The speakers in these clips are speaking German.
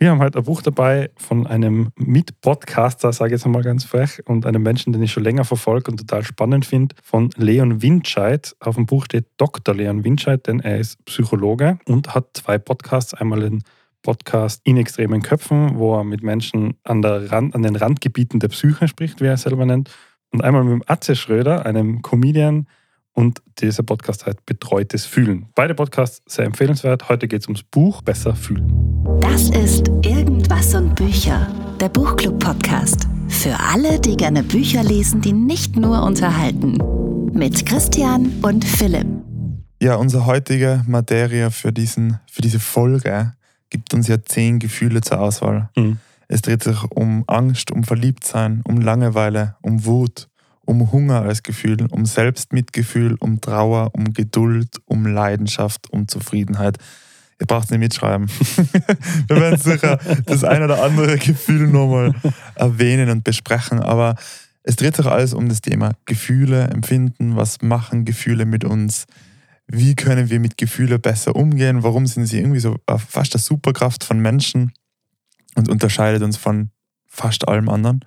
Wir haben heute ein Buch dabei von einem Mitpodcaster, sage ich jetzt mal ganz frech, und einem Menschen, den ich schon länger verfolge und total spannend finde, von Leon Winscheid. Auf dem Buch steht Dr. Leon Winscheid, denn er ist Psychologe und hat 2 Podcasts. Einmal den Podcast In extremen Köpfen, wo er mit Menschen an den Randgebieten der Psyche spricht, wie er es selber nennt. Und einmal mit dem Atze Schröder, einem Comedian. Und dieser Podcast heißt Betreutes Fühlen. Beide Podcasts sehr empfehlenswert. Heute geht es ums Buch Besser fühlen. Das ist Irgendwas und Bücher, der Buchclub-Podcast. Für alle, die gerne Bücher lesen, die nicht nur unterhalten. Mit Christian und Philipp. Ja, unsere heutige Materie für diese Folge gibt uns ja 10 Gefühle zur Auswahl. Es dreht sich um Angst, um Verliebtsein, um Langeweile, um Wut, um Hunger als Gefühl, um Selbstmitgefühl, um Trauer, um Geduld, um Leidenschaft, um Zufriedenheit. Ihr braucht es nicht mitschreiben. Wir werden sicher das ein oder andere Gefühl nochmal erwähnen und besprechen, aber es dreht sich alles um das Thema Gefühle, Empfinden, was machen Gefühle mit uns, wie können wir mit Gefühlen besser umgehen, warum sind sie irgendwie so fast eine Superkraft von Menschen und unterscheidet uns von fast allem anderen.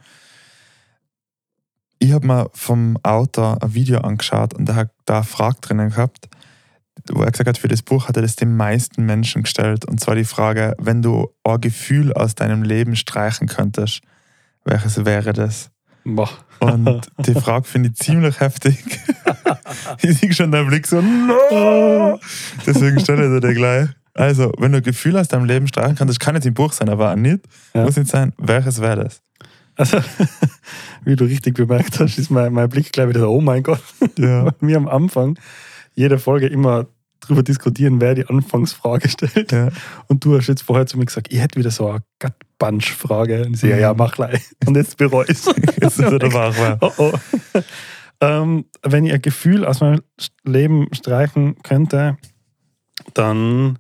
Ich habe mir vom Autor ein Video angeschaut und der hat da eine Frage drinnen gehabt, wo er gesagt hat, für das Buch hat er das den meisten Menschen gestellt. Und zwar die Frage, wenn du ein Gefühl aus deinem Leben streichen könntest, welches wäre das? Boah. Und die Frage finde ich ziemlich heftig. Ich sehe schon deinen Blick so, no! Deswegen stelle ich dir gleich. Also, wenn du ein Gefühl aus deinem Leben streichen kannst, das kann jetzt im Buch sein, aber auch nicht, muss nicht sein, welches wäre das? Also, wie du richtig bemerkt hast, ist mein Blick gleich wieder, oh mein Gott. Ja. Wir am Anfang jeder Folge immer darüber diskutieren, wer die Anfangsfrage stellt. Ja. Und du hast jetzt vorher zu mir gesagt, ich hätte wieder so eine Gut-Punch-Frage. Und ich sage, ja, mach gleich. Und jetzt bereue ich es. Jetzt ist er der Wachwer. Oh. Wenn ich ein Gefühl aus meinem Leben streichen könnte, dann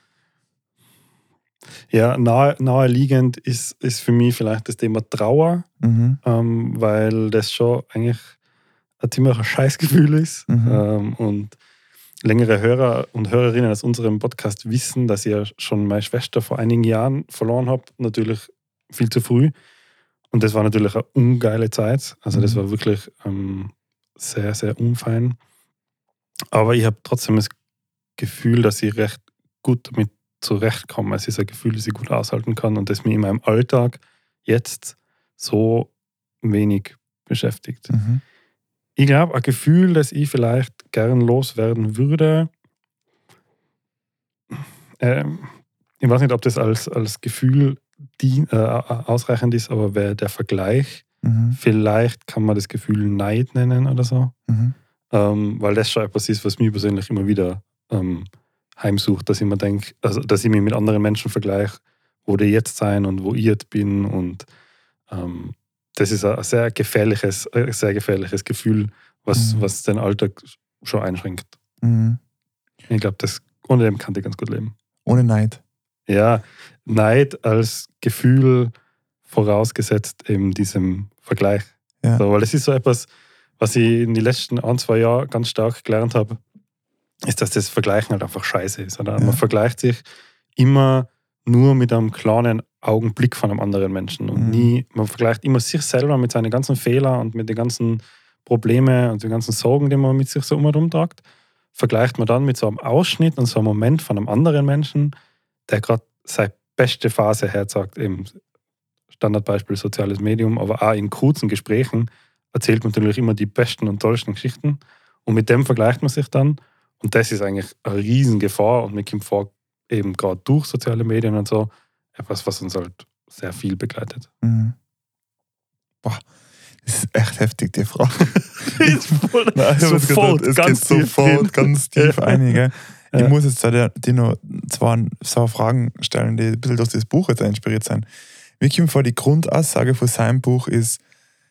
ja, naheliegend ist für mich vielleicht das Thema Trauer, weil das schon eigentlich ein ziemlicher Scheißgefühl ist. Und längere Hörer und Hörerinnen aus unserem Podcast wissen, dass ich ja schon meine Schwester vor einigen Jahren verloren habe. Natürlich viel zu früh. Und das war natürlich eine ungeile Zeit. Also das war wirklich sehr, sehr unfein. Aber ich habe trotzdem das Gefühl, dass ich recht gut damit zurechtkomme. Es ist ein Gefühl, das ich gut aushalten kann und das mich in meinem Alltag jetzt so wenig beschäftigt. Ich glaube, ein Gefühl, das ich vielleicht gern loswerden würde, ich weiß nicht, ob das als Gefühl ausreichend ist, aber wäre der Vergleich. Vielleicht kann man das Gefühl Neid nennen oder so. Weil das schon etwas ist, was mich persönlich immer wieder heimsucht, dass ich mir denke, also dass ich mich mit anderen Menschen vergleiche, wo die jetzt sein und wo ich jetzt bin. Und das ist ein sehr gefährliches Gefühl, was den Alltag schon einschränkt. Ich glaube, ohne dem kann ich ganz gut leben. Ohne Neid. Ja, Neid als Gefühl vorausgesetzt eben diesem Vergleich. Ja. So, weil das ist so etwas, was ich in den letzten 1-2 Jahren ganz stark gelernt habe, ist, dass das Vergleichen halt einfach scheiße ist. Oder? Man vergleicht sich immer nur mit einem kleinen Augenblick von einem anderen Menschen und man vergleicht immer sich selber mit seinen ganzen Fehlern und mit den ganzen Problemen und den ganzen Sorgen, die man mit sich so umtragt, vergleicht man dann mit so einem Ausschnitt und so einem Moment von einem anderen Menschen, der gerade seine beste Phase herzagt, eben Standardbeispiel soziales Medium, aber auch in kurzen Gesprächen erzählt man natürlich immer die besten und tollsten Geschichten und mit dem vergleicht man sich dann und das ist eigentlich eine Riesengefahr und mir kommt vor, eben gerade durch soziale Medien und so, etwas, was uns halt sehr viel begleitet. Boah, das ist echt heftig, die Frage. Sofort, es ganz geht sofort tief ganz tief ein. Ich Ja. muss jetzt dir noch zwei Fragen stellen, die ein bisschen durch das Buch jetzt inspiriert sind. Mir kommt vor, die Grundaussage von seinem Buch ist,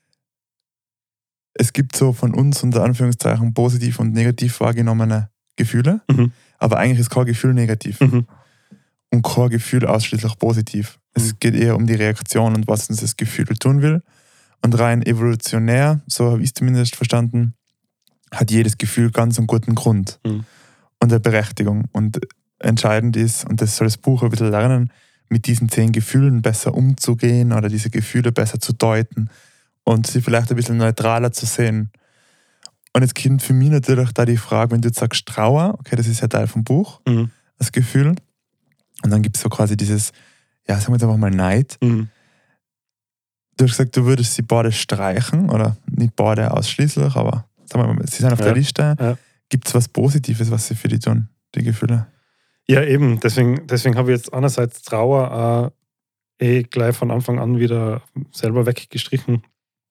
es gibt so von uns unter Anführungszeichen positiv und negativ wahrgenommene Gefühle, aber eigentlich ist kein Gefühl negativ und kein Gefühl ausschließlich positiv. Es geht eher um die Reaktion und was uns das Gefühl tun will. Und rein evolutionär, so habe ich es zumindest verstanden, hat jedes Gefühl ganz einen guten Grund und eine Berechtigung. Und entscheidend ist, und das soll das Buch ein bisschen lernen, mit diesen 10 Gefühlen besser umzugehen oder diese Gefühle besser zu deuten und sie vielleicht ein bisschen neutraler zu sehen. Und jetzt kommt für mich natürlich da die Frage, wenn du jetzt sagst Trauer, okay, das ist ja Teil vom Buch, das Gefühl. Und dann gibt es so quasi dieses, ja, sagen wir jetzt einfach mal Neid. Du hast gesagt, du würdest sie beide streichen, oder nicht beide ausschließlich, aber sagen wir mal, sie sind auf der Liste. Ja. Gibt es was Positives, was sie für die tun, die Gefühle? Ja, eben. Deswegen habe ich jetzt einerseits Trauer gleich von Anfang an wieder selber weggestrichen.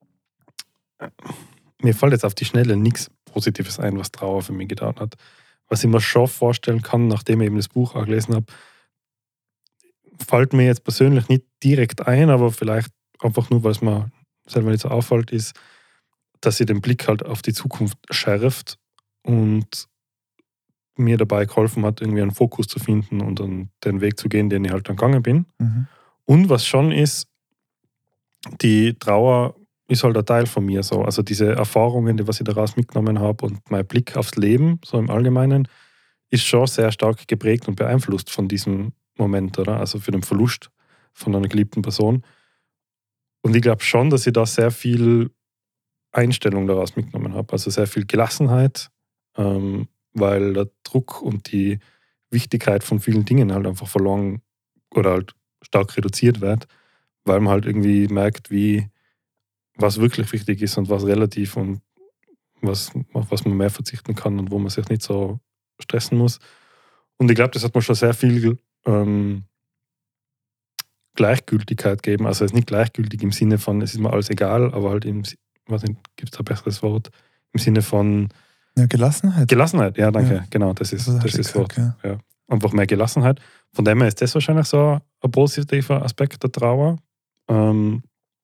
Mir fällt jetzt auf die Schnelle nichts Positives ein, was Trauer für mich getan hat. Was ich mir schon vorstellen kann, nachdem ich eben das Buch auch gelesen habe, fällt mir jetzt persönlich nicht direkt ein, aber vielleicht einfach nur, weil es mir selber nicht so auffällt, ist, dass sie den Blick halt auf die Zukunft schärft und mir dabei geholfen hat, irgendwie einen Fokus zu finden und dann den Weg zu gehen, den ich halt dann gegangen bin. Und was schon ist, die Trauer ist halt ein Teil von mir so. Also diese Erfahrungen, die was ich daraus mitgenommen habe und mein Blick aufs Leben, so im Allgemeinen, ist schon sehr stark geprägt und beeinflusst von diesem Moment, oder? Also für den Verlust von einer geliebten Person. Und ich glaube schon, dass ich da sehr viel Einstellung daraus mitgenommen habe. Also sehr viel Gelassenheit, weil der Druck und die Wichtigkeit von vielen Dingen halt einfach verloren oder halt stark reduziert wird, weil man halt irgendwie merkt, was wirklich wichtig ist und was relativ und auf was man mehr verzichten kann und wo man sich nicht so stressen muss. Und ich glaube, das hat mir schon sehr viel Gleichgültigkeit gegeben. Also es ist nicht gleichgültig im Sinne von, es ist mir alles egal, aber halt gibt es da ein besseres Wort, im Sinne von Gelassenheit. Gelassenheit, ja, danke. Ja. Genau, das ist das Wort. Ja. Einfach mehr Gelassenheit. Von dem her ist das wahrscheinlich so ein positiver Aspekt der Trauer. Und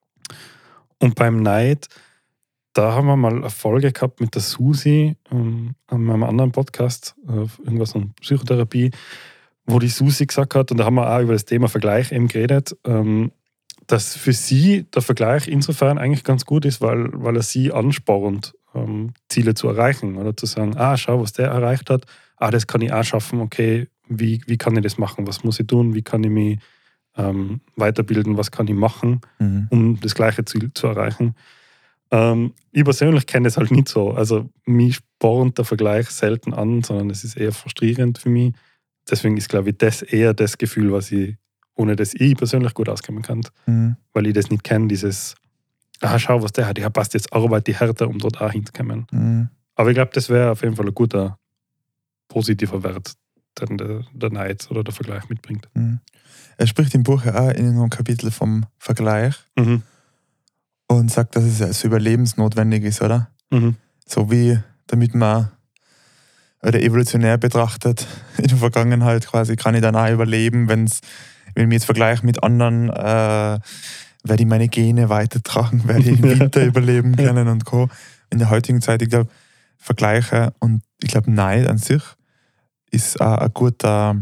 beim Neid, da haben wir mal eine Folge gehabt mit der Susi an meinem anderen Podcast, irgendwas von Psychotherapie, wo die Susi gesagt hat, und da haben wir auch über das Thema Vergleich eben geredet, dass für sie der Vergleich insofern eigentlich ganz gut ist, weil er sie anspornt, Ziele zu erreichen oder zu sagen, schau, was der erreicht hat, das kann ich auch schaffen, okay, wie kann ich das machen, was muss ich tun, wie kann ich mich weiterbilden, was kann ich machen, um das gleiche Ziel zu erreichen. Ich persönlich kenne es halt nicht so. Also mich spornt der Vergleich selten an, sondern es ist eher frustrierend für mich. Deswegen ist, glaube ich, das eher das Gefühl, ohne das ich persönlich gut auskommen kann. Weil ich das nicht kenne, dieses schau, was der hat, ich passt jetzt Arbeit die härter, um dort auch hinzukommen. Aber ich glaube, das wäre auf jeden Fall ein guter, positiver Wert, den der Neid oder der Vergleich mitbringt. Er spricht im Buch ja auch in einem Kapitel vom Vergleich und sagt, dass es also überlebensnotwendig ist, oder? So wie, damit man oder evolutionär betrachtet in der Vergangenheit quasi, kann ich dann auch überleben, wenn ich mich jetzt vergleiche mit anderen, werde ich meine Gene weitertragen, werde ich den Winter überleben können und Co. In der heutigen Zeit, ich glaube, Vergleiche und ich glaube, Neid an sich ist auch ein guter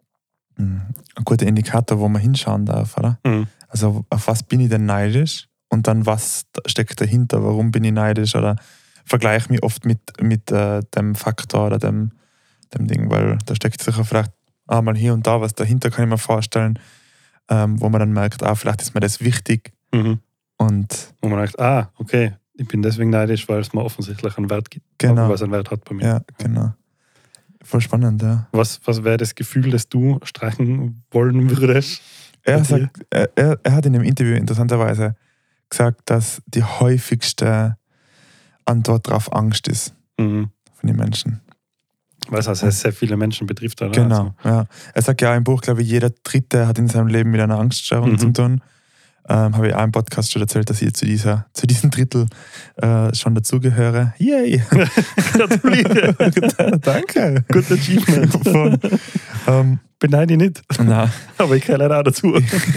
Indikator, wo man hinschauen darf, oder? Also auf was bin ich denn neidisch und dann was steckt dahinter, warum bin ich neidisch, oder vergleiche mich oft mit dem Faktor oder dem Ding, weil da steckt sicher vielleicht mal hier und da was dahinter, kann ich mir vorstellen, wo man dann merkt, vielleicht ist mir das wichtig. Und wo man merkt, okay, ich bin deswegen neidisch, weil es mir offensichtlich einen Wert gibt, weil es einen Wert hat bei mir. Ja, genau. Voll spannend, ja. Was wäre das Gefühl, das du streichen wollen würdest? Er hat in dem Interview interessanterweise gesagt, dass die häufigste Antwort darauf Angst ist von den Menschen. Weil es sehr viele Menschen betrifft, oder? Genau, ja. Er sagt ja im Buch, glaube ich, jeder Dritte hat in seinem Leben mit einer Angststörung zu tun. Habe ich auch im Podcast schon erzählt, dass ich zu diesem Drittel schon dazugehöre. Yay! Gratuliere! Danke! Good Achievement! Beneide ich nicht. Nein. Aber ich gehöre leider auch dazu.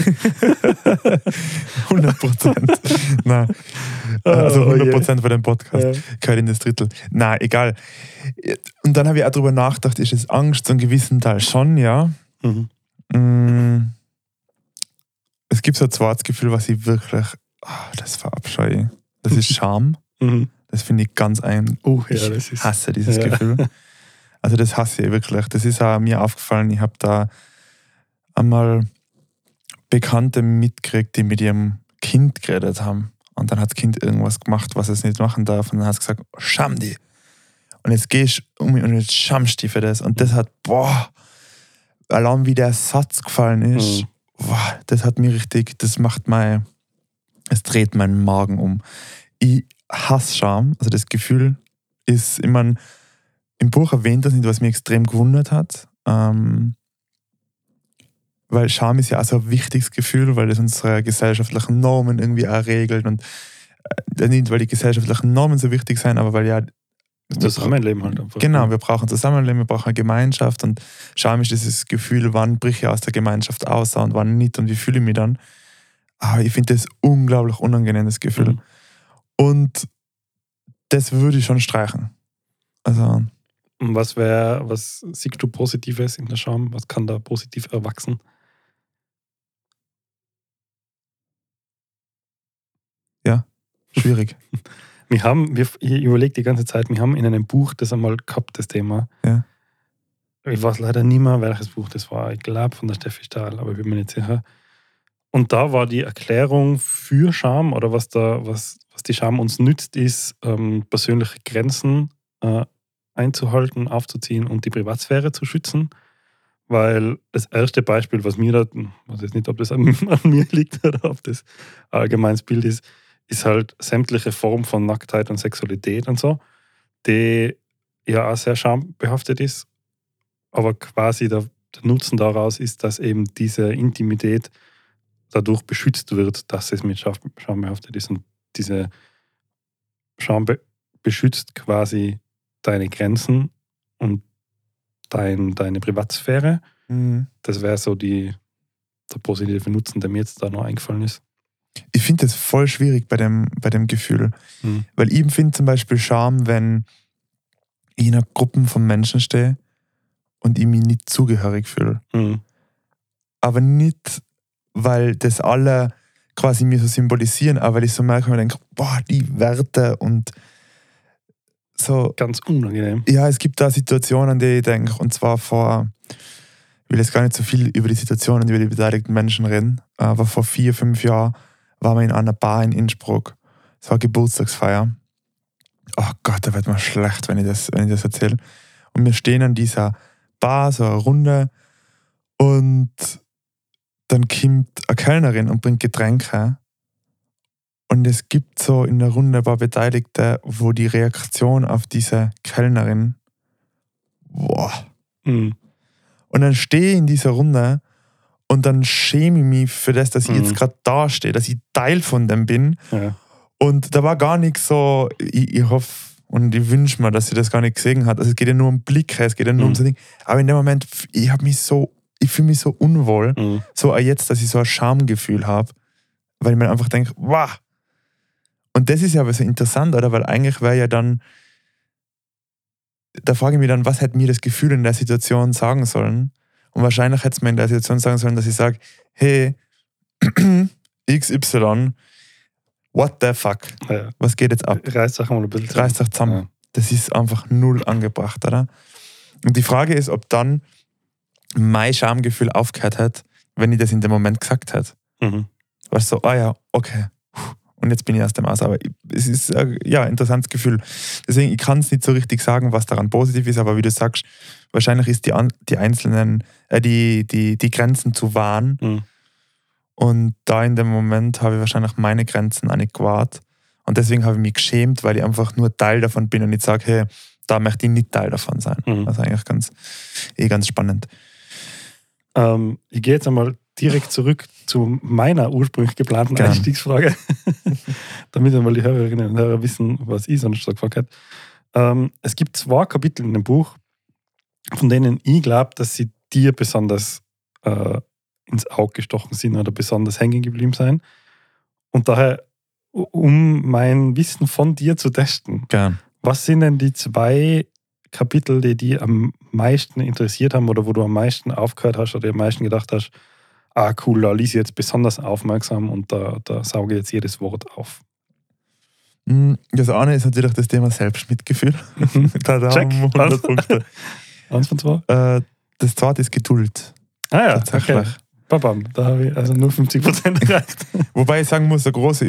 100%. Nein. Also 100% von dem Podcast gehört in das Drittel. Nein, egal. Und dann habe ich auch darüber nachgedacht, ist es Angst zu einem gewissen Teil schon, ja. Es gibt so ein zweites Gefühl, was ich wirklich, das verabscheue. Das ist Scham. Das finde ich ganz ich hasse dieses Gefühl. Also das hasse ich wirklich. Das ist auch mir aufgefallen. Ich habe da einmal Bekannte mitgekriegt, die mit ihrem Kind geredet haben. Und dann hat das Kind irgendwas gemacht, was es nicht machen darf. Und dann hat es gesagt, scham die. Und jetzt gehst du um mich und jetzt schamst du für das. Und das hat, allein wie der Satz gefallen ist, das hat mich richtig, es dreht meinen Magen um. Ich hasse Scham, also das Gefühl ist, ich meine, im Buch erwähnt das nicht, was mich extrem gewundert hat. Weil Scham ist ja auch so ein wichtiges Gefühl, weil es unsere gesellschaftlichen Normen irgendwie auch regelt. Und nicht, weil die gesellschaftlichen Normen so wichtig sind, aber weil ja das Zusammenleben halt einfach. Genau, wir brauchen Zusammenleben, wir brauchen eine Gemeinschaft. Und Scham ist dieses Gefühl, wann brich ich aus der Gemeinschaft aus und wann nicht und wie fühle ich mich dann. Aber ich finde das unglaublich unangenehmes Gefühl. Und das würde ich schon streichen. Also. Und was siehst du Positives in der Scham? Was kann da positiv erwachsen? Ja, schwierig. Ich überlege die ganze Zeit, wir haben in einem Buch das einmal gehabt, das Thema. Ja. Ich weiß leider nicht mehr, welches Buch das war. Ich glaube von der Steffi Stahl, aber ich bin mir nicht sicher. Und da war die Erklärung für Scham oder was die Scham uns nützt, ist, persönliche Grenzen einzuhalten, aufzuziehen und die Privatsphäre zu schützen. Weil das erste Beispiel, was mir da, ich weiß jetzt nicht, ob das an mir liegt oder ob das ein allgemeines Bild ist halt sämtliche Form von Nacktheit und Sexualität und so, die ja auch sehr schambehaftet ist. Aber quasi der Nutzen daraus ist, dass eben diese Intimität dadurch beschützt wird, dass es mit Scham behaftet ist. Und diese Scham beschützt quasi deine Grenzen und deine Privatsphäre. Das wäre so der positive Nutzen, der mir jetzt da noch eingefallen ist. Ich finde das voll schwierig bei dem Gefühl. Weil ich empfinde zum Beispiel Scham, wenn ich in einer Gruppe von Menschen stehe und ich mich nicht zugehörig fühle. Aber nicht, weil das alle quasi mir so symbolisieren, aber weil ich so merke und denke, die Werte und so. Ganz unangenehm. Ja, es gibt da Situationen, an die ich denke, und zwar ich will jetzt gar nicht so viel über die Situationen, über die beteiligten Menschen reden, aber vor 4-5 Jahren waren wir in einer Bar in Innsbruck. Es war Geburtstagsfeier. Oh Gott, da wird mir schlecht, wenn ich das erzähle. Und wir stehen an dieser Bar, so eine Runde, und dann kommt eine Kellnerin und bringt Getränke. Und es gibt so in der Runde ein paar Beteiligte, wo die Reaktion auf diese Kellnerin, Und dann stehe ich in dieser Runde und dann schäme ich mich für das, dass ich jetzt gerade da stehe, dass ich Teil von dem bin. Ja. Und da war gar nichts so, ich hoffe und ich wünsche mir, dass sie das gar nicht gesehen hat. Also es geht ja nur um Blicke, es geht ja nur um so Dinge. Aber in dem Moment, ich fühle mich so unwohl, so auch jetzt, dass ich so ein Schamgefühl habe, weil ich mir einfach denke, wow. Und das ist ja aber so interessant, oder? Weil eigentlich wäre ja dann, da frage ich mich dann, was hätte mir das Gefühl in der Situation sagen sollen? Und wahrscheinlich hätte es mir in der Situation sagen sollen, dass ich sage, hey, XY, what the fuck? Ja. Was geht jetzt ab? Reißt euch mal ein bisschen zusammen. Reißt euch zusammen. Ja. Das ist einfach null angebracht, oder? Und die Frage ist, ob dann mein Schamgefühl aufgehört hat, wenn ich das in dem Moment gesagt hätte. Weißt du, so, okay. Und jetzt bin ich aus dem Aus. Aber es ist ein interessantes Gefühl. Deswegen, ich kann es nicht so richtig sagen, was daran positiv ist, aber wie du sagst, wahrscheinlich ist die einzelnen, die Grenzen zu wahren. Und da in dem Moment habe ich wahrscheinlich meine Grenzen auch nicht gewahrt. Und deswegen habe ich mich geschämt, weil ich einfach nur Teil davon bin und nicht sage, hey, da möchte ich nicht Teil davon sein. Also eigentlich ganz spannend. Ich gehe jetzt einmal direkt zurück zu meiner ursprünglich geplanten Einstiegsfrage, damit einmal die Hörerinnen und Hörer wissen, was ich sonst so gefragt habe. Es gibt 2 Kapitel in dem Buch, von denen ich glaube, dass sie dir besonders ins Auge gestochen sind oder besonders hängen geblieben sind. Und daher, um mein Wissen von dir zu testen, was sind denn die 2 Kapitel, die dich am meisten interessiert haben oder wo du am meisten aufgehört hast oder am meisten gedacht hast, cool, da lies ich jetzt besonders aufmerksam und da sauge ich jetzt jedes Wort auf? Das eine ist natürlich das Thema Selbstmitgefühl. Da Check. 100 Punkte. 1 von 2? Das zweite ist Geduld. Ja, tatsächlich. okay. Babam, da habe ich also nur 50% erreicht. Wobei ich sagen muss, die große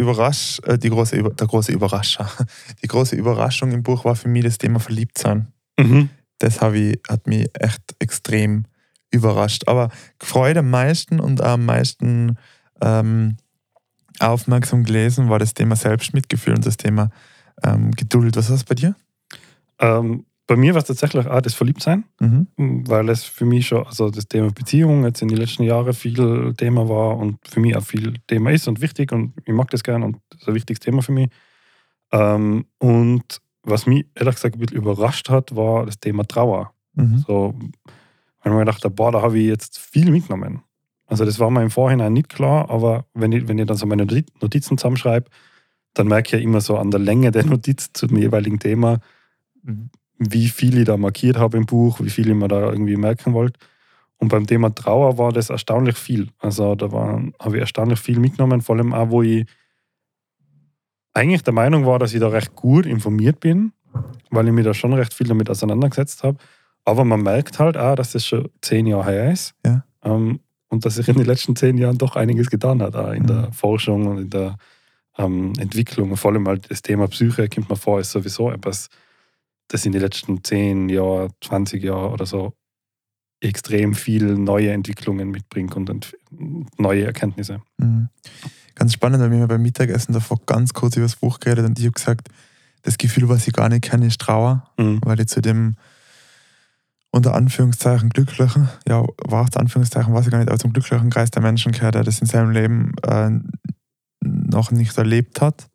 Überraschung im Buch war für mich das Thema Verliebtsein. Mhm. Das hat mich echt extrem überrascht. Aber gefreut am meisten und am meisten aufmerksam gelesen war das Thema Selbstmitgefühl und das Thema Geduld. Was war das bei dir? Bei mir war es tatsächlich auch das Verliebtsein, weil es für mich schon, also das Thema Beziehung jetzt in den letzten Jahren viel Thema war und für mich auch viel Thema ist und wichtig und ich mag das gern und das ist ein wichtiges Thema für mich. Und was mich ehrlich gesagt ein bisschen überrascht hat, war das Thema Trauer. So, wenn man gedacht hat, boah, da habe ich jetzt viel mitgenommen. Also das war mir im Vorhinein nicht klar, aber wenn ich dann so meine Notizen zusammenschreibe, dann merke ich ja immer so an der Länge der Notiz zum jeweiligen Thema, wie viel ich da markiert habe im Buch, wie viel ich mir da irgendwie merken wollte. Und beim Thema Trauer war das erstaunlich viel. Also da habe ich erstaunlich viel mitgenommen, vor allem auch, wo ich eigentlich der Meinung war, dass ich da recht gut informiert bin, weil ich mich da schon recht viel damit auseinandergesetzt habe. Aber man merkt halt auch, dass das schon 10 Jahre her ist. Ja. Und dass sich in den letzten 10 Jahren doch einiges getan hat, auch in der Forschung und in der Entwicklung. Und vor allem halt das Thema Psyche, kommt mir vor, ist sowieso etwas, das in den letzten 10 Jahren, 20 Jahren oder so extrem viel neue Entwicklungen mitbringt und neue Erkenntnisse. Ganz spannend, weil wir beim Mittagessen davor ganz kurz über das Buch geredet und ich habe gesagt, das Gefühl, was ich gar nicht kenne, ist Trauer, weil ich zu dem unter Anführungszeichen glücklichen, ja, war es Anführungszeichen, weiß ich gar nicht, aber zum glücklichen Kreis der Menschen gehört, der das in seinem Leben noch nicht erlebt hat.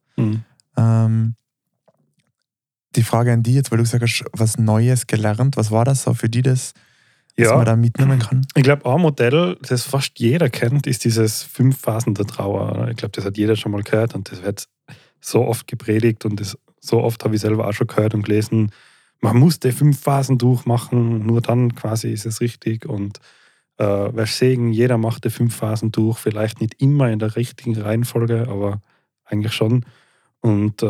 Die Frage an dich jetzt, weil du gesagt hast, was Neues gelernt, was war das so für dich, was man da mitnehmen kann? Ich glaube, ein Modell, das fast jeder kennt, ist dieses 5 Phasen der Trauer. Ich glaube, das hat jeder schon mal gehört und das wird so oft gepredigt und das, so oft habe ich selber auch schon gehört und gelesen. Man muss die 5 Phasen durchmachen, nur dann quasi ist es richtig. Und wer Segen, jeder macht die 5 Phasen durch, vielleicht nicht immer in der richtigen Reihenfolge, aber eigentlich schon. Und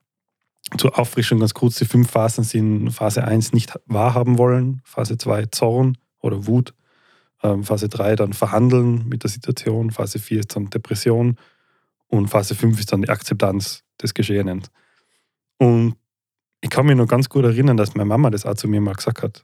zur Auffrischung ganz kurz, die 5 Phasen sind Phase 1 nicht wahrhaben wollen, Phase 2 Zorn oder Wut, Phase 3 dann verhandeln mit der Situation, Phase 4 ist dann Depression und Phase 5 ist dann die Akzeptanz des Geschehenen. Und ich kann mich noch ganz gut erinnern, dass meine Mama das auch zu mir mal gesagt hat.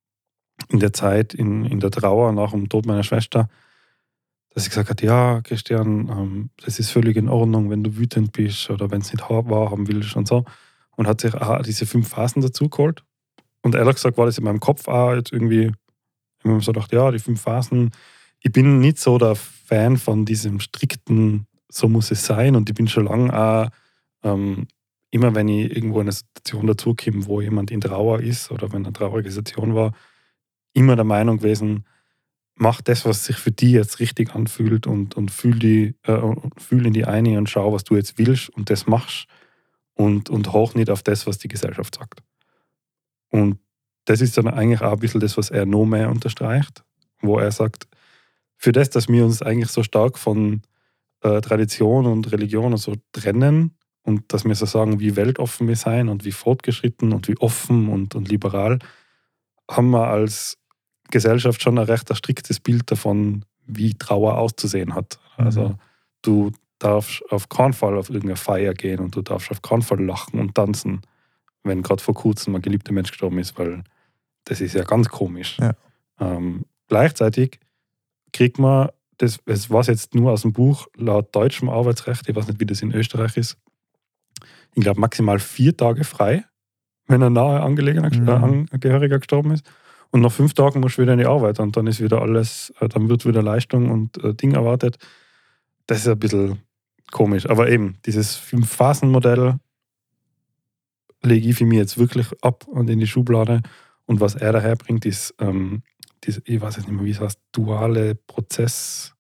In der Zeit, in der Trauer nach dem Tod meiner Schwester, dass sie gesagt hat, ja, Christian, das ist völlig in Ordnung, wenn du wütend bist oder wenn es nicht wahrhaben willst und so. Und hat sich auch diese 5 Phasen dazu geholt. Und ehrlich gesagt war das in meinem Kopf auch jetzt irgendwie, ich habe mir so gedacht, ja, die 5 Phasen, ich bin nicht so der Fan von diesem strikten, so muss es sein. Und ich bin schon lange auch, immer wenn ich irgendwo in eine Situation dazukomme, wo jemand in Trauer ist oder wenn eine traurige Situation war, immer der Meinung gewesen, mach das, was sich für dich jetzt richtig anfühlt und fühl in die eine und schau, was du jetzt willst und das machst und hoch nicht auf das, was die Gesellschaft sagt. Und das ist dann eigentlich auch ein bisschen das, was er noch mehr unterstreicht, wo er sagt, für das, dass wir uns eigentlich so stark von Tradition und Religion und so trennen und dass wir so sagen, wie weltoffen wir sein und wie fortgeschritten und wie offen und liberal, haben wir als Gesellschaft schon ein recht striktes Bild davon, wie Trauer auszusehen hat. Also du darfst auf keinen Fall auf irgendeine Feier gehen und du darfst auf keinen Fall lachen und tanzen, wenn gerade vor kurzem ein geliebter Mensch gestorben ist, weil das ist ja ganz komisch. Ja. Gleichzeitig kriegt man, das was jetzt nur aus dem Buch, laut deutschem Arbeitsrecht, ich weiß nicht, wie das in Österreich ist, ich glaube maximal 4 Tage frei, wenn ein nahe Angehöriger gestorben ist. Und nach 5 Tagen musst du wieder in die Arbeit und dann ist wieder alles, dann wird wieder Leistung und Ding erwartet. Das ist ein bisschen komisch. Aber eben, dieses 5-Phasen-Modell lege ich für mich jetzt wirklich ab und in die Schublade. Und was er daherbringt, ist, ich weiß jetzt nicht mehr, wie es heißt, duale Prozess,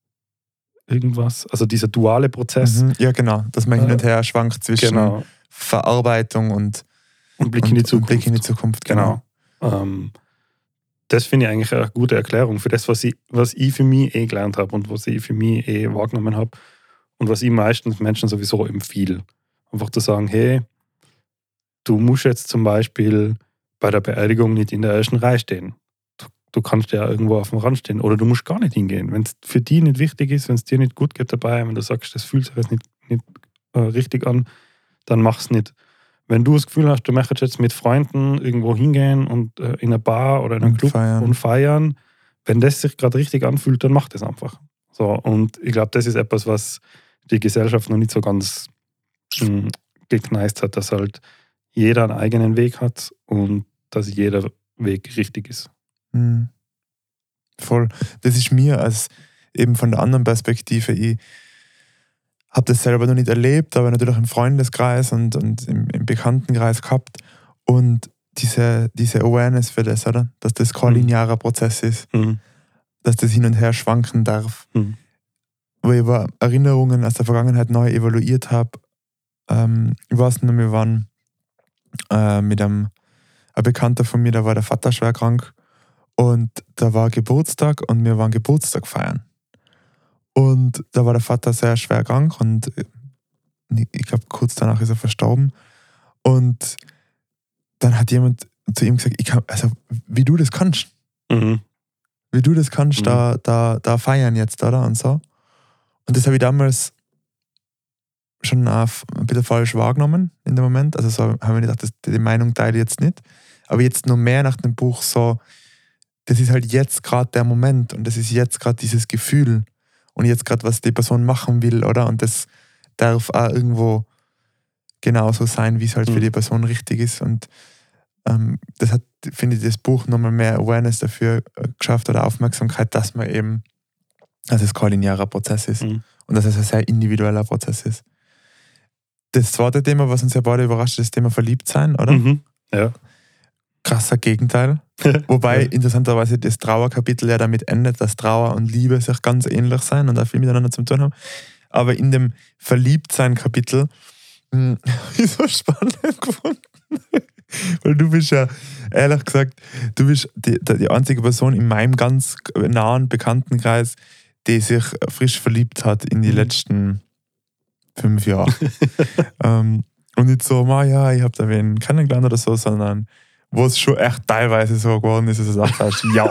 irgendwas. Also dieser duale Prozess. Ja, genau. Dass man hin und her schwankt zwischen Verarbeitung und Blick in die Zukunft. Blick in die Zukunft, genau. Das finde ich eigentlich eine gute Erklärung für das, was ich für mich gelernt habe und was ich für mich wahrgenommen habe und was ich meistens Menschen sowieso empfehle. Einfach zu sagen, hey, du musst jetzt zum Beispiel bei der Beerdigung nicht in der ersten Reihe stehen. du kannst ja irgendwo auf dem Rand stehen oder du musst gar nicht hingehen. Wenn es für die nicht wichtig ist, wenn es dir nicht gut geht dabei, wenn du sagst, das fühlt sich jetzt nicht richtig an, dann mach es nicht. Wenn du das Gefühl hast, du möchtest jetzt mit Freunden irgendwo hingehen und in einer Bar oder in einem Club und feiern, wenn das sich gerade richtig anfühlt, dann mach das einfach. So, und ich glaube, das ist etwas, was die Gesellschaft noch nicht so ganz gekneist hat, dass halt jeder einen eigenen Weg hat und dass jeder Weg richtig ist. Mhm. Voll. Das ist mir als eben von der anderen Perspektive, ich habe das selber noch nicht erlebt, aber natürlich im Freundeskreis und im Bekanntenkreis gehabt und diese Awareness für das, oder? Dass das kein linearer Prozess ist, dass das hin und her schwanken darf. Wo ich über Erinnerungen aus der Vergangenheit neu evaluiert habe. Ich weiß noch, wir waren mit ein Bekannter von mir, da war der Vater schwer krank und da war Geburtstag und wir waren Geburtstag feiern. Und da war der Vater sehr schwer krank und ich glaube, kurz danach ist er verstorben. Und dann hat jemand zu ihm gesagt, wie du das kannst. Wie du das kannst, da feiern jetzt, oder? Und so. Und das habe ich damals schon ein bisschen falsch wahrgenommen in dem Moment. Also so habe ich gedacht, die Meinung teile ich jetzt nicht. Aber jetzt noch mehr nach dem Buch so, das ist halt jetzt gerade der Moment und das ist jetzt gerade dieses Gefühl und jetzt gerade, was die Person machen will, oder? Und das darf auch irgendwo genauso sein, wie es halt für die Person richtig ist. Und das hat, finde ich, das Buch nochmal mehr Awareness dafür geschafft oder Aufmerksamkeit, dass man eben, dass es kein linearer Prozess ist und dass es ein sehr individueller Prozess ist. Das zweite Thema, was uns ja beide überrascht, ist das Thema Verliebtsein, oder? Ja. Krasser Gegenteil. Wobei interessanterweise das Trauerkapitel ja damit endet, dass Trauer und Liebe sich ganz ähnlich sein und auch viel miteinander zu tun haben. Aber in dem Verliebtsein-Kapitel ist so spannend gefunden. Weil du bist ja, ehrlich gesagt, du bist die einzige Person in meinem ganz nahen Bekanntenkreis, die sich frisch verliebt hat in die letzten 5 Jahre. Und nicht so, ja, ich habe da wen kennengelernt oder so, sondern wo es schon echt teilweise so geworden ist, dass du sagst, ja.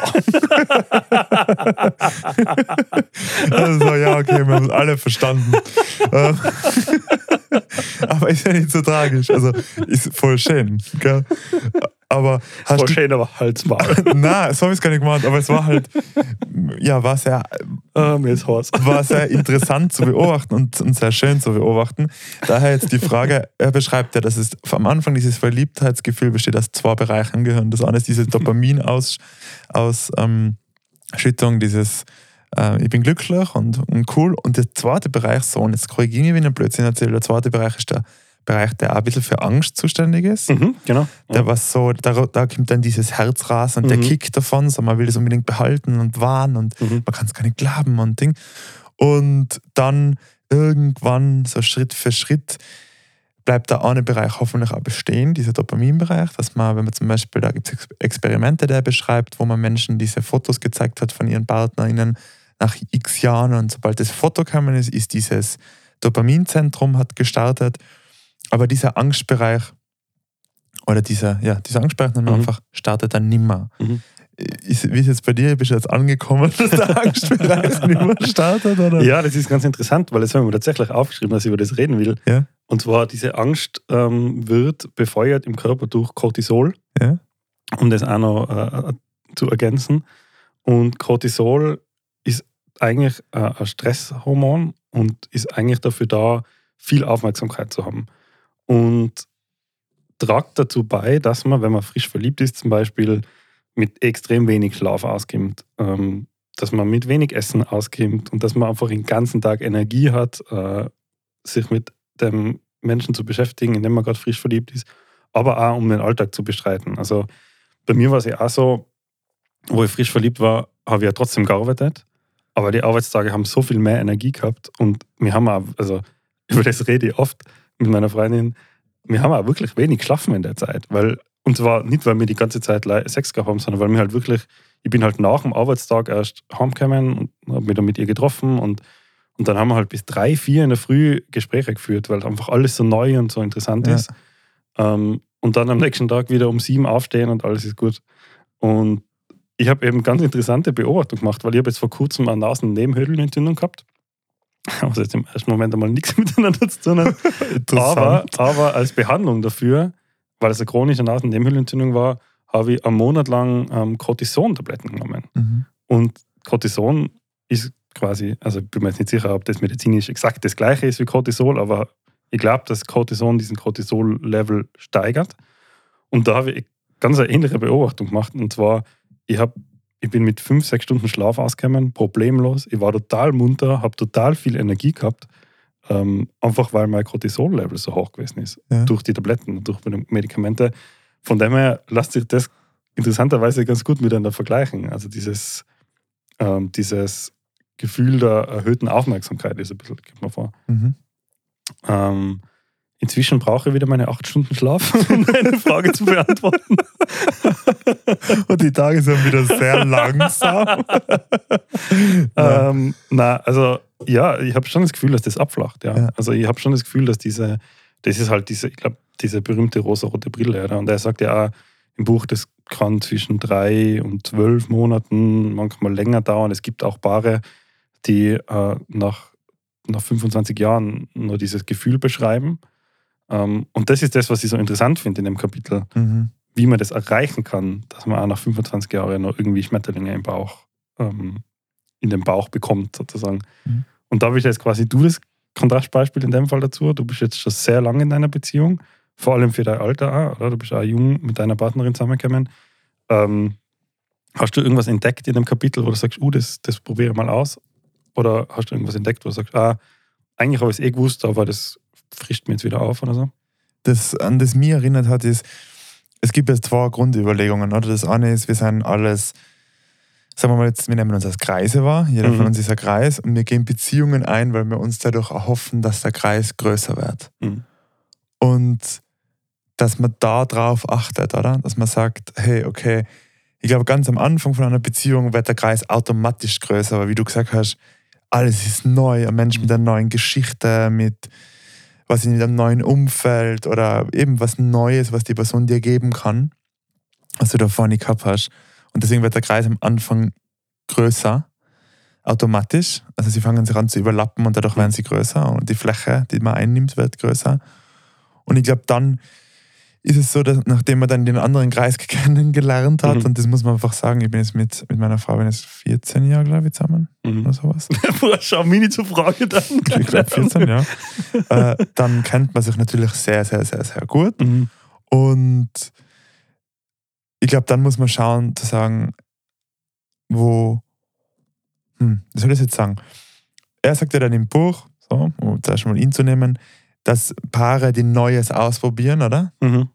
Also so, ja, okay, wir haben es alle verstanden. Aber ist ja nicht so tragisch. Also ist voll schön. Gell? Aber voll schön, aber halt's mal. Nein, so habe ich es gar nicht gemacht. Aber es war halt, ja, war sehr interessant zu beobachten und sehr schön zu beobachten. Daher jetzt die Frage, er beschreibt ja, dass es am Anfang dieses Verliebtheitsgefühl besteht aus 2 Bereichen gehören. Das eine ist diese Dopaminausschüttung, dieses ich bin glücklich und cool. Und der zweite Bereich, so, und jetzt korrigiere ich mich, wenn ich Blödsinn erzähle, der zweite Bereich ist der Bereich, der auch ein bisschen für Angst zuständig ist. Genau. Der was so, da kommt dann dieses Herzrasen und der Kick davon, so man will es unbedingt behalten und wahren und man kann es gar nicht glauben und Ding. Und dann irgendwann, so Schritt für Schritt, bleibt der eine Bereich hoffentlich auch bestehen, dieser Dopaminbereich, dass man, wenn man zum Beispiel, da gibt es Experimente, der beschreibt, wo man Menschen diese Fotos gezeigt hat von ihren PartnerInnen nach x Jahren und sobald das Foto gekommen ist dieses Dopaminzentrum hat gestartet. Aber dieser Angstbereich oder dieser Angstbereich dann einfach startet dann nimmer. Wie ist jetzt bei dir? Bist du jetzt angekommen, dass der Angstbereich nimmer startet? Oder? Ja, das ist ganz interessant, weil das haben wir tatsächlich aufgeschrieben, dass ich über das reden will. Ja. Und zwar, diese Angst wird befeuert im Körper durch Cortisol, um das auch noch zu ergänzen. Und Cortisol ist eigentlich ein Stresshormon und ist eigentlich dafür da, viel Aufmerksamkeit zu haben. Und tragt dazu bei, dass man, wenn man frisch verliebt ist, zum Beispiel mit extrem wenig Schlaf auskommt, dass man mit wenig Essen auskommt und dass man einfach den ganzen Tag Energie hat, sich mit dem Menschen zu beschäftigen, in dem man gerade frisch verliebt ist, aber auch um den Alltag zu bestreiten. Also bei mir war es ja auch so, wo ich frisch verliebt war, habe ich ja trotzdem gearbeitet, aber die Arbeitstage haben so viel mehr Energie gehabt und wir haben auch, also über das rede ich oft mit meiner Freundin, wir haben auch wirklich wenig geschlafen in der Zeit, und zwar nicht, weil wir die ganze Zeit Sex gehabt haben, sondern weil wir halt wirklich, ich bin halt nach dem Arbeitstag erst heimgekommen und habe mich dann mit ihr getroffen und dann haben wir halt bis 3, 4 in der Früh Gespräche geführt, weil einfach alles so neu und so interessant ist. Und dann am nächsten Tag wieder um 7 aufstehen und alles ist gut. Und ich habe eben ganz interessante Beobachtung gemacht, weil ich habe jetzt vor kurzem eine Nasennebenhöhlenentzündung gehabt. Was jetzt im ersten Moment einmal nichts miteinander zu tun hat. aber als Behandlung dafür, weil es eine chronische Nasennebenhöhlenentzündung war, habe ich einen Monat lang Cortison-Tabletten genommen. Mhm. Und Cortison ist quasi, also ich bin mir jetzt nicht sicher, ob das medizinisch exakt das gleiche ist wie Cortisol, aber ich glaube, dass Cortison diesen Cortisol-Level steigert. Und da habe ich ganz eine ähnliche Beobachtung gemacht. Und zwar, ich bin mit 5-6 Stunden Schlaf ausgekommen, problemlos. Ich war total munter, habe total viel Energie gehabt, einfach weil mein Cortisol-Level so hoch gewesen ist. Ja. Durch die Tabletten, durch die Medikamente. Von dem her lässt sich das interessanterweise ganz gut miteinander vergleichen. Also dieses Gefühl der erhöhten Aufmerksamkeit ist ein bisschen, geht mir vor. Mhm. Inzwischen brauche ich wieder meine 8 Stunden Schlaf, um deine Frage zu beantworten. Und die Tage sind wieder sehr langsam. Also ja, ich habe schon das Gefühl, dass das abflacht. Ja. Also ich habe schon das Gefühl, dass das ist halt ich glaube, diese berühmte rosa-rote Brille. Ja. Und er sagt ja auch im Buch, das kann zwischen 3 und 12 Monaten, manchmal länger dauern. Es gibt auch Paare, die nach 25 Jahren nur dieses Gefühl beschreiben. Und das ist das, was ich so interessant finde in dem Kapitel, wie man das erreichen kann, dass man auch nach 25 Jahren noch irgendwie Schmetterlinge im Bauch, in den Bauch bekommt, sozusagen. Mhm. Und da bist jetzt quasi du das Kontrastbeispiel in dem Fall dazu. Du bist jetzt schon sehr lange in deiner Beziehung, vor allem für dein Alter auch, oder? Du bist auch jung mit deiner Partnerin zusammengekommen. Hast du irgendwas entdeckt in dem Kapitel, wo du sagst, das probiere ich mal aus? Oder hast du irgendwas entdeckt, wo du sagst, eigentlich habe ich es gewusst, aber das frischt mir jetzt wieder auf oder so? An das mich erinnert hat, ist, es gibt jetzt 2 Grundüberlegungen. Oder? Das eine ist, wir sind alles, sagen wir mal jetzt, wir nehmen uns als Kreise wahr, jeder von uns ist ein Kreis und wir gehen Beziehungen ein, weil wir uns dadurch erhoffen, dass der Kreis größer wird. Mhm. Und dass man da drauf achtet, oder? Dass man sagt, hey, okay, ich glaube, ganz am Anfang von einer Beziehung wird der Kreis automatisch größer, weil wie du gesagt hast, alles ist neu, ein Mensch mit einer neuen Geschichte, mit mit einem neuen Umfeld oder eben was Neues, was die Person dir geben kann, was du davor nicht gehabt hast. Und deswegen wird der Kreis am Anfang größer, automatisch. Also sie fangen sich an zu überlappen und dadurch werden sie größer und die Fläche, die man einnimmt, wird größer. Und ich glaube, dann ist es so, dass nachdem man dann den anderen Kreis kennengelernt hat, und das muss man einfach sagen, ich bin jetzt mit meiner Frau 14 Jahre, glaube ich, zusammen oder sowas. Schau mich nicht zur Frage dann. Ich glaube 14, ja. Dann kennt man sich natürlich sehr, sehr, sehr, sehr gut. Mhm. Und ich glaube, dann muss man schauen, zu sagen, wie soll ich das jetzt sagen? Er sagt ja dann im Buch, so, um zuerst mal ihn zu nehmen, dass Paare die Neues ausprobieren, oder? Mhm.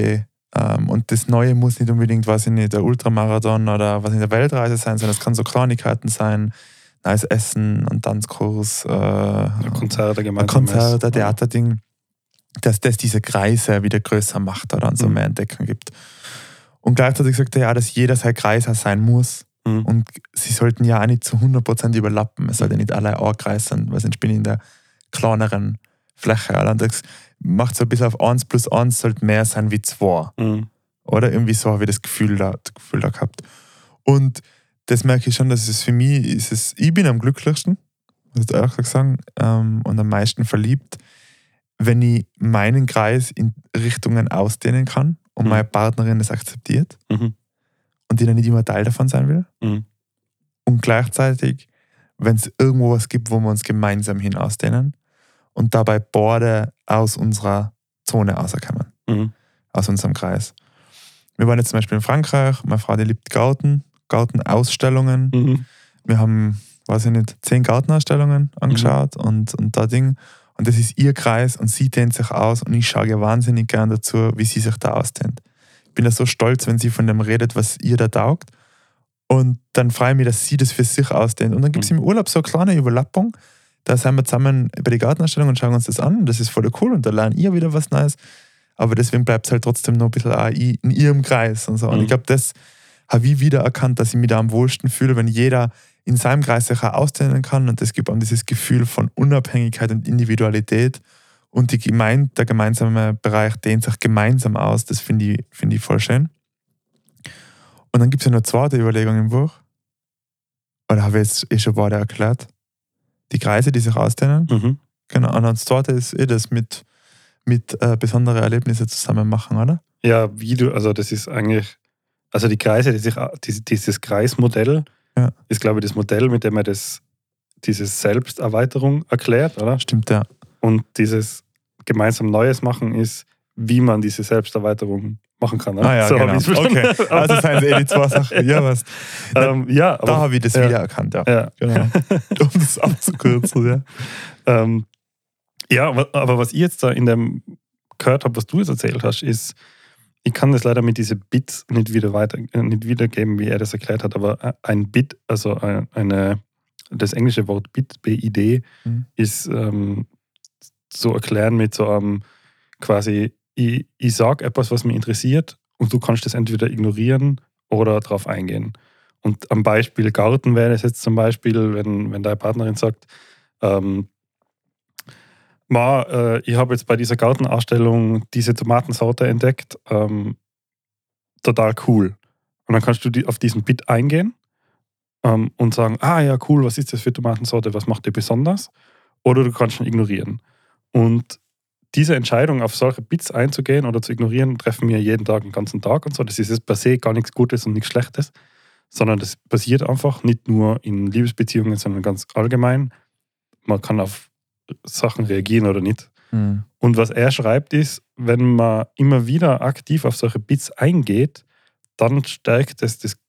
Und das Neue muss nicht unbedingt, der Ultramarathon oder was in der Weltreise sein, sondern es kann so Kleinigkeiten sein, neues Essen, ein Tanzkurs, ein Konzert, ein Theaterding, dass das diese Kreise wieder größer macht oder so mehr Entdeckung gibt. Und gleichzeitig sagt er ja, dass jeder sein Kreis sein muss. Mhm. Und sie sollten ja auch nicht zu 100% überlappen. Es sollten nicht alle ein Kreis sein, weil sonst bin ich in der kleineren Fläche. Und das macht so bis auf 1 + 1 sollte mehr sein wie 2. Mhm. Oder irgendwie so habe ich das Gefühl da gehabt. Und das merke ich schon, dass es für mich ich bin am glücklichsten, muss ich ehrlich sagen, und am meisten verliebt, wenn ich meinen Kreis in Richtungen ausdehnen kann und meine Partnerin das akzeptiert und die dann nicht immer Teil davon sein will. Mhm. Und gleichzeitig, wenn es irgendwo was gibt, wo wir uns gemeinsam hin ausdehnen und dabei beide aus unserer Zone rauskommen, aus unserem Kreis. Wir waren jetzt zum Beispiel in Frankreich, meine Frau, die liebt Gartenausstellungen. Mhm. Wir haben, 10 Gartenausstellungen angeschaut und da Ding. Und das ist ihr Kreis und sie dehnt sich aus und ich schaue ihr wahnsinnig gern dazu, wie sie sich da ausdehnt. Ich bin da so stolz, wenn sie von dem redet, was ihr da taugt. Und dann freue ich mich, dass sie das für sich ausdehnt. Und dann gibt es im Urlaub so eine kleine Überlappung. Da sind wir zusammen bei der Gartenausstellung und schauen uns das an. Das ist voll cool und da lernen ihr wieder was Neues. Aber deswegen bleibt es halt trotzdem noch ein bisschen auch in ihrem Kreis und so. Und ich glaube, das habe ich wieder erkannt, dass ich mich da am wohlsten fühle, wenn jeder in seinem Kreis sich auch ausdehnen kann. Und das gibt einem dieses Gefühl von Unabhängigkeit und Individualität. Und der gemeinsame Bereich dehnt sich gemeinsam aus. Das finde ich voll schön. Und dann gibt es ja noch eine zweite Überlegung im Buch. Oder habe ich jetzt schon beide erklärt? Die Kreise, die sich ausdehnen. Mhm. Genau. Und das zweite ist das mit besondere Erlebnisse zusammen machen, oder? Ja, also das ist eigentlich, also die Kreise, dieses Kreismodell ist, glaube ich, das Modell, mit dem man diese Selbsterweiterung erklärt, oder? Stimmt, ja. Und dieses gemeinsam Neues machen ist, wie man diese Selbsterweiterung machen kann. Oder? Ah ja, so genau. Okay, also das sind die zwei Sachen. Ja, was? Ja, aber, da habe ich das wiedererkannt, ja. Genau. Um das abzukürzen, ja. Ja, aber was ich jetzt da in dem gehört habe, was du jetzt erzählt hast, ist, ich kann das leider mit diesen Bits nicht wiedergeben, wie er das erklärt hat, aber ein Bit, also das englische Wort Bit, BID, ist so erklären mit so einem quasi, ich sage etwas, was mich interessiert und du kannst das entweder ignorieren oder darauf eingehen. Und am Beispiel Garten wäre es jetzt zum Beispiel, wenn deine Partnerin sagt, ich habe jetzt bei dieser Gartenausstellung diese Tomatensorte entdeckt, total cool. Und dann kannst du auf diesen Bit eingehen und sagen, ja cool, was ist das für Tomatensorte, was macht die besonders? Oder du kannst ihn ignorieren. Und diese Entscheidung, auf solche Bits einzugehen oder zu ignorieren, treffen wir jeden Tag, den ganzen Tag und so. Das ist jetzt per se gar nichts Gutes und nichts Schlechtes, sondern das passiert einfach nicht nur in Liebesbeziehungen, sondern ganz allgemein. Man kann auf Sachen reagieren oder nicht. Mhm. Und was er schreibt ist, wenn man immer wieder aktiv auf solche Bits eingeht, dann stärkt es das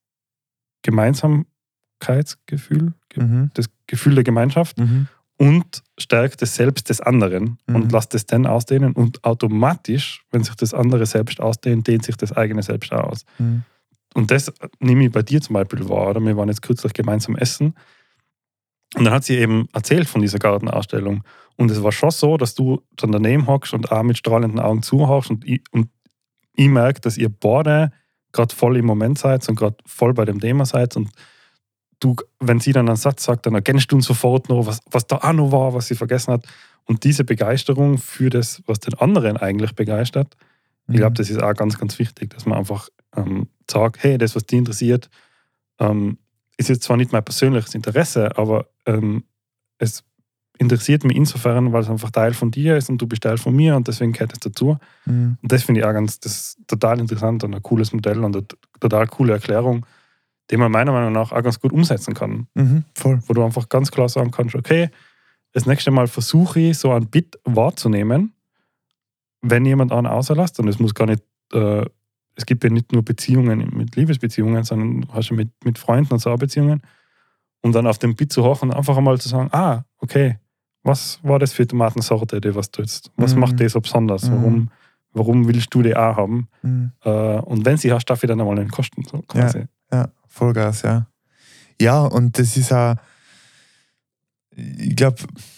Gemeinsamkeitsgefühl, das Gefühl der Gemeinschaft und stärkt es Selbst des anderen und lässt es dann ausdehnen und automatisch, wenn sich das andere Selbst ausdehnt, dehnt sich das eigene Selbst auch aus. Und das nehme ich bei dir zum Beispiel wahr, oder? Wir waren jetzt kürzlich gemeinsam essen und dann hat sie eben erzählt von dieser Gartenausstellung und es war schon so, dass du dann daneben hockst und auch mit strahlenden Augen zuhörst und ich merke, dass ihr beide gerade voll im Moment seid und gerade voll bei dem Thema seid und du, wenn sie dann einen Satz sagt, dann erkennst du sofort noch, was da auch noch war, was sie vergessen hat. Und diese Begeisterung für das, was den anderen eigentlich begeistert, ich glaube, das ist auch ganz, ganz wichtig, dass man einfach sagt, hey, das, was dich interessiert, ist jetzt zwar nicht mein persönliches Interesse, aber es interessiert mich insofern, weil es einfach Teil von dir ist und du bist Teil von mir und deswegen gehört es dazu. Und das finde ich auch das ist total interessant und ein cooles Modell und eine total coole Erklärung, die man meiner Meinung nach auch ganz gut umsetzen kann. Voll. Wo du einfach ganz klar sagen kannst, okay, das nächste Mal versuche ich, so ein Bit wahrzunehmen, wenn jemand einen außerlässt. Und es muss gar nicht, es gibt ja nicht nur Beziehungen mit Liebesbeziehungen, sondern du hast ja mit Freunden und so auch Beziehungen. Und dann auf dem Bit zu hochen und einfach einmal zu sagen, okay, was war das für Tomatensorte, die was du jetzt, was macht das so besonders? Warum willst du die auch haben? Und wenn sie hast, darf ich dann einmal den Kosten so quasi. Ja, Vollgas, ja. Ja, und das ist auch, ich glaube,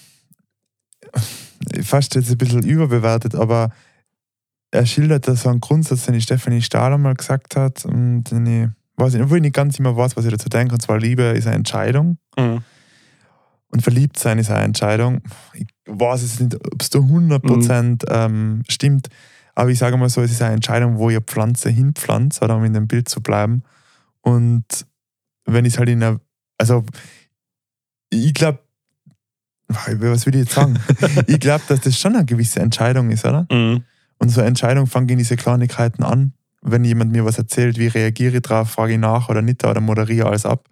fast jetzt ein bisschen überbewertet, aber er schildert da so einen Grundsatz, den die Stefanie Stahl einmal gesagt hat und den ich weiß nicht, obwohl ich nicht ganz immer weiß, was ich dazu denke, und zwar Liebe ist eine Entscheidung und Verliebtsein ist eine Entscheidung. Ich weiß jetzt nicht, ob es da 100% stimmt, aber ich sage mal so, es ist eine Entscheidung, wo ihr Pflanze hinpflanzt, oder um in dem Bild zu bleiben. Und wenn ich es halt ich glaube, was will ich jetzt sagen? Ich glaube, dass das schon eine gewisse Entscheidung ist, oder? Und so eine Entscheidung fängt in diese Kleinigkeiten an. Wenn jemand mir was erzählt, wie reagiere ich drauf, frage ich nach oder nicht, oder moderiere alles ab.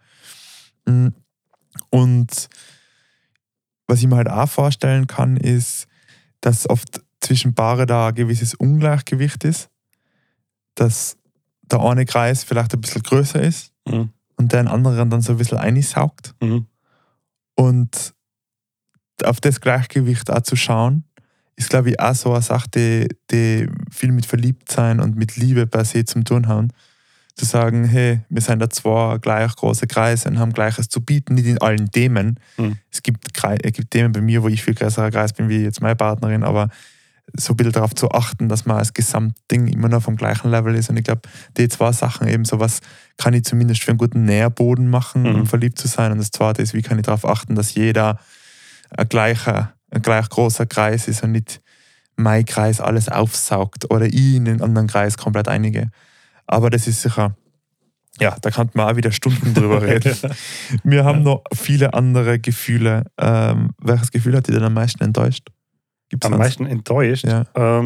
Und was ich mir halt auch vorstellen kann, ist, dass oft zwischen Paaren da ein gewisses Ungleichgewicht ist, dass der eine Kreis vielleicht ein bisschen größer ist und der anderen dann so ein bisschen einsaugt. Und auf das Gleichgewicht auch zu schauen, ist, glaube ich, auch so eine Sache, die viel mit Verliebtsein und mit Liebe per se zu tun haben. Zu sagen, hey, wir sind da zwei gleich große Kreise und haben Gleiches zu bieten, nicht in allen Themen. Es gibt Themen bei mir, wo ich viel größerer Kreis bin wie jetzt meine Partnerin, aber so ein bisschen darauf zu achten, dass man als Gesamtding immer noch vom gleichen Level ist. Und ich glaube, die zwei Sachen eben, sowas kann ich zumindest für einen guten Nährboden machen, um verliebt zu sein. Und das zweite ist, wie kann ich darauf achten, dass jeder ein gleich großer Kreis ist und nicht mein Kreis alles aufsaugt oder ich in den anderen Kreis komplett einige. Aber das ist sicher Ja, da kann man auch wieder Stunden drüber reden. Wir haben noch viele andere Gefühle. Welches Gefühl hat dich denn am meisten enttäuscht? Meisten enttäuscht? Ja.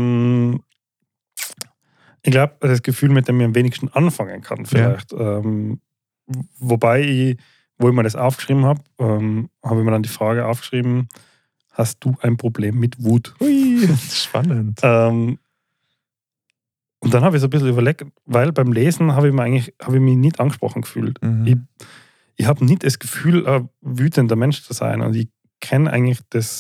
Ich glaube, das Gefühl, mit dem ich am wenigsten anfangen kann, vielleicht. Ja. Wo ich mir das aufgeschrieben habe, habe ich mir dann die Frage aufgeschrieben, hast du ein Problem mit Wut? Ui, spannend. Und dann habe ich so ein bisschen überlegt, weil beim Lesen habe ich mich nicht angesprochen gefühlt. Mhm. Ich habe nicht das Gefühl, ein wütender Mensch zu sein. Und ich kenne eigentlich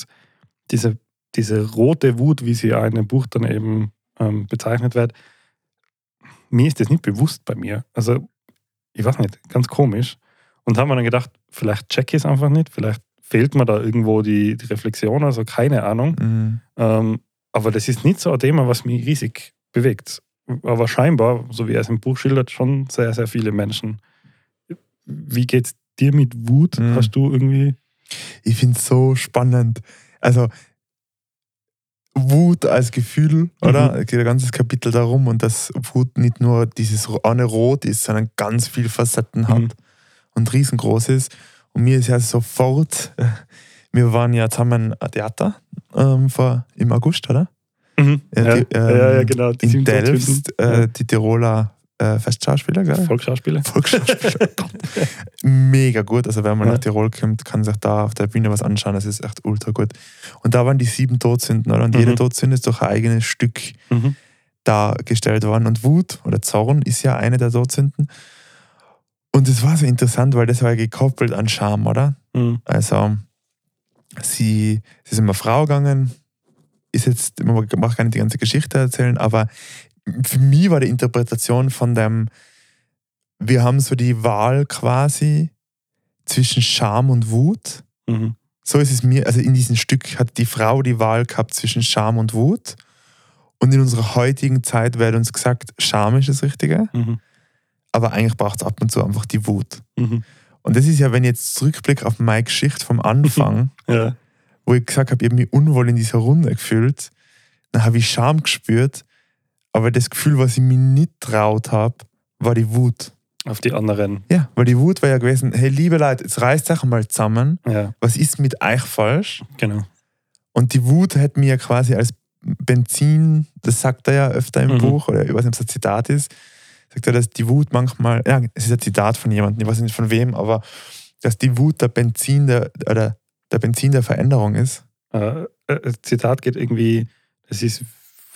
diese rote Wut, wie sie auch in dem Buch dann eben bezeichnet wird. Mir ist das nicht bewusst bei mir. Also, ich weiß nicht, ganz komisch. Und haben wir dann gedacht, vielleicht check ich es einfach nicht, vielleicht fehlt mir da irgendwo die Reflexion, also keine Ahnung. Mhm. Aber das ist nicht so ein Thema, was mich riesig bewegt. Aber scheinbar, so wie er es im Buch schildert, schon sehr, sehr viele Menschen. Wie geht es dir mit Wut? Mhm. Hast du irgendwie... Ich finde es so spannend. Also Wut als Gefühl, oder? Es geht ein ganzes Kapitel darum und dass Wut nicht nur dieses eine Rot ist, sondern ganz viele Facetten hat und riesengroß ist. Und mir ist ja sofort, wir waren ja zusammen am Theater im August, oder? Mhm. Ja, genau. In Delft, die Tiroler Festschauspieler, gell? Volksschauspieler. Mega gut. Also wenn man nach Tirol kommt, kann sich da auf der Bühne was anschauen. Das ist echt ultra gut. Und da waren die 7 Todsünden, oder? Und jede Todsünde ist durch ein eigenes Stück dargestellt worden. Und Wut oder Zorn ist ja eine der Todsünden. Und das war so interessant, weil das war ja gekoppelt an Scham, oder? Mhm. Also sie ist immer Frau gegangen, man mag gar nicht die ganze Geschichte erzählen, aber für mich war die Interpretation von dem, wir haben so die Wahl quasi zwischen Scham und Wut. Mhm. So ist es mir, also in diesem Stück hat die Frau die Wahl gehabt zwischen Scham und Wut. Und in unserer heutigen Zeit wird uns gesagt, Scham ist das Richtige, aber eigentlich braucht es ab und zu einfach die Wut. Mhm. Und das ist ja, wenn ich jetzt zurückblicke auf meine Geschichte vom Anfang, wo ich gesagt habe, ich habe mich unwohl in dieser Runde gefühlt, dann habe ich Scham gespürt, aber das Gefühl, was ich mir nicht traut habe, war die Wut. Auf die anderen. Ja, weil die Wut war ja gewesen, hey liebe Leute, jetzt reißt euch mal zusammen, was ist mit euch falsch? Genau. Und die Wut hat mir ja quasi als Benzin, das sagt er ja öfter im Buch, oder ich weiß nicht, ob es ein Zitat ist, sagt er, dass die Wut manchmal, ja, es ist ein Zitat von jemandem, ich weiß nicht von wem, aber dass die Wut der Benzin der Veränderung ist. Das Zitat geht irgendwie, es ist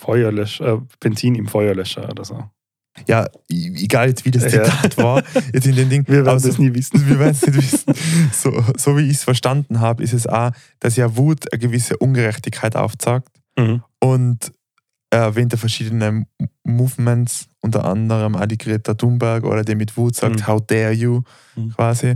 Benzin im Feuerlöscher oder so. Ja, egal jetzt wie das Zitat war, jetzt in den Dingen. Wir werden es nie wissen. Wir werden es nicht wissen. So wie ich es verstanden habe, ist es auch, dass ja Wut eine gewisse Ungerechtigkeit aufzeigt und er erwähnt verschiedene Movements, unter anderem auch die Greta Thunberg oder die mit Wut sagt, how dare you, quasi.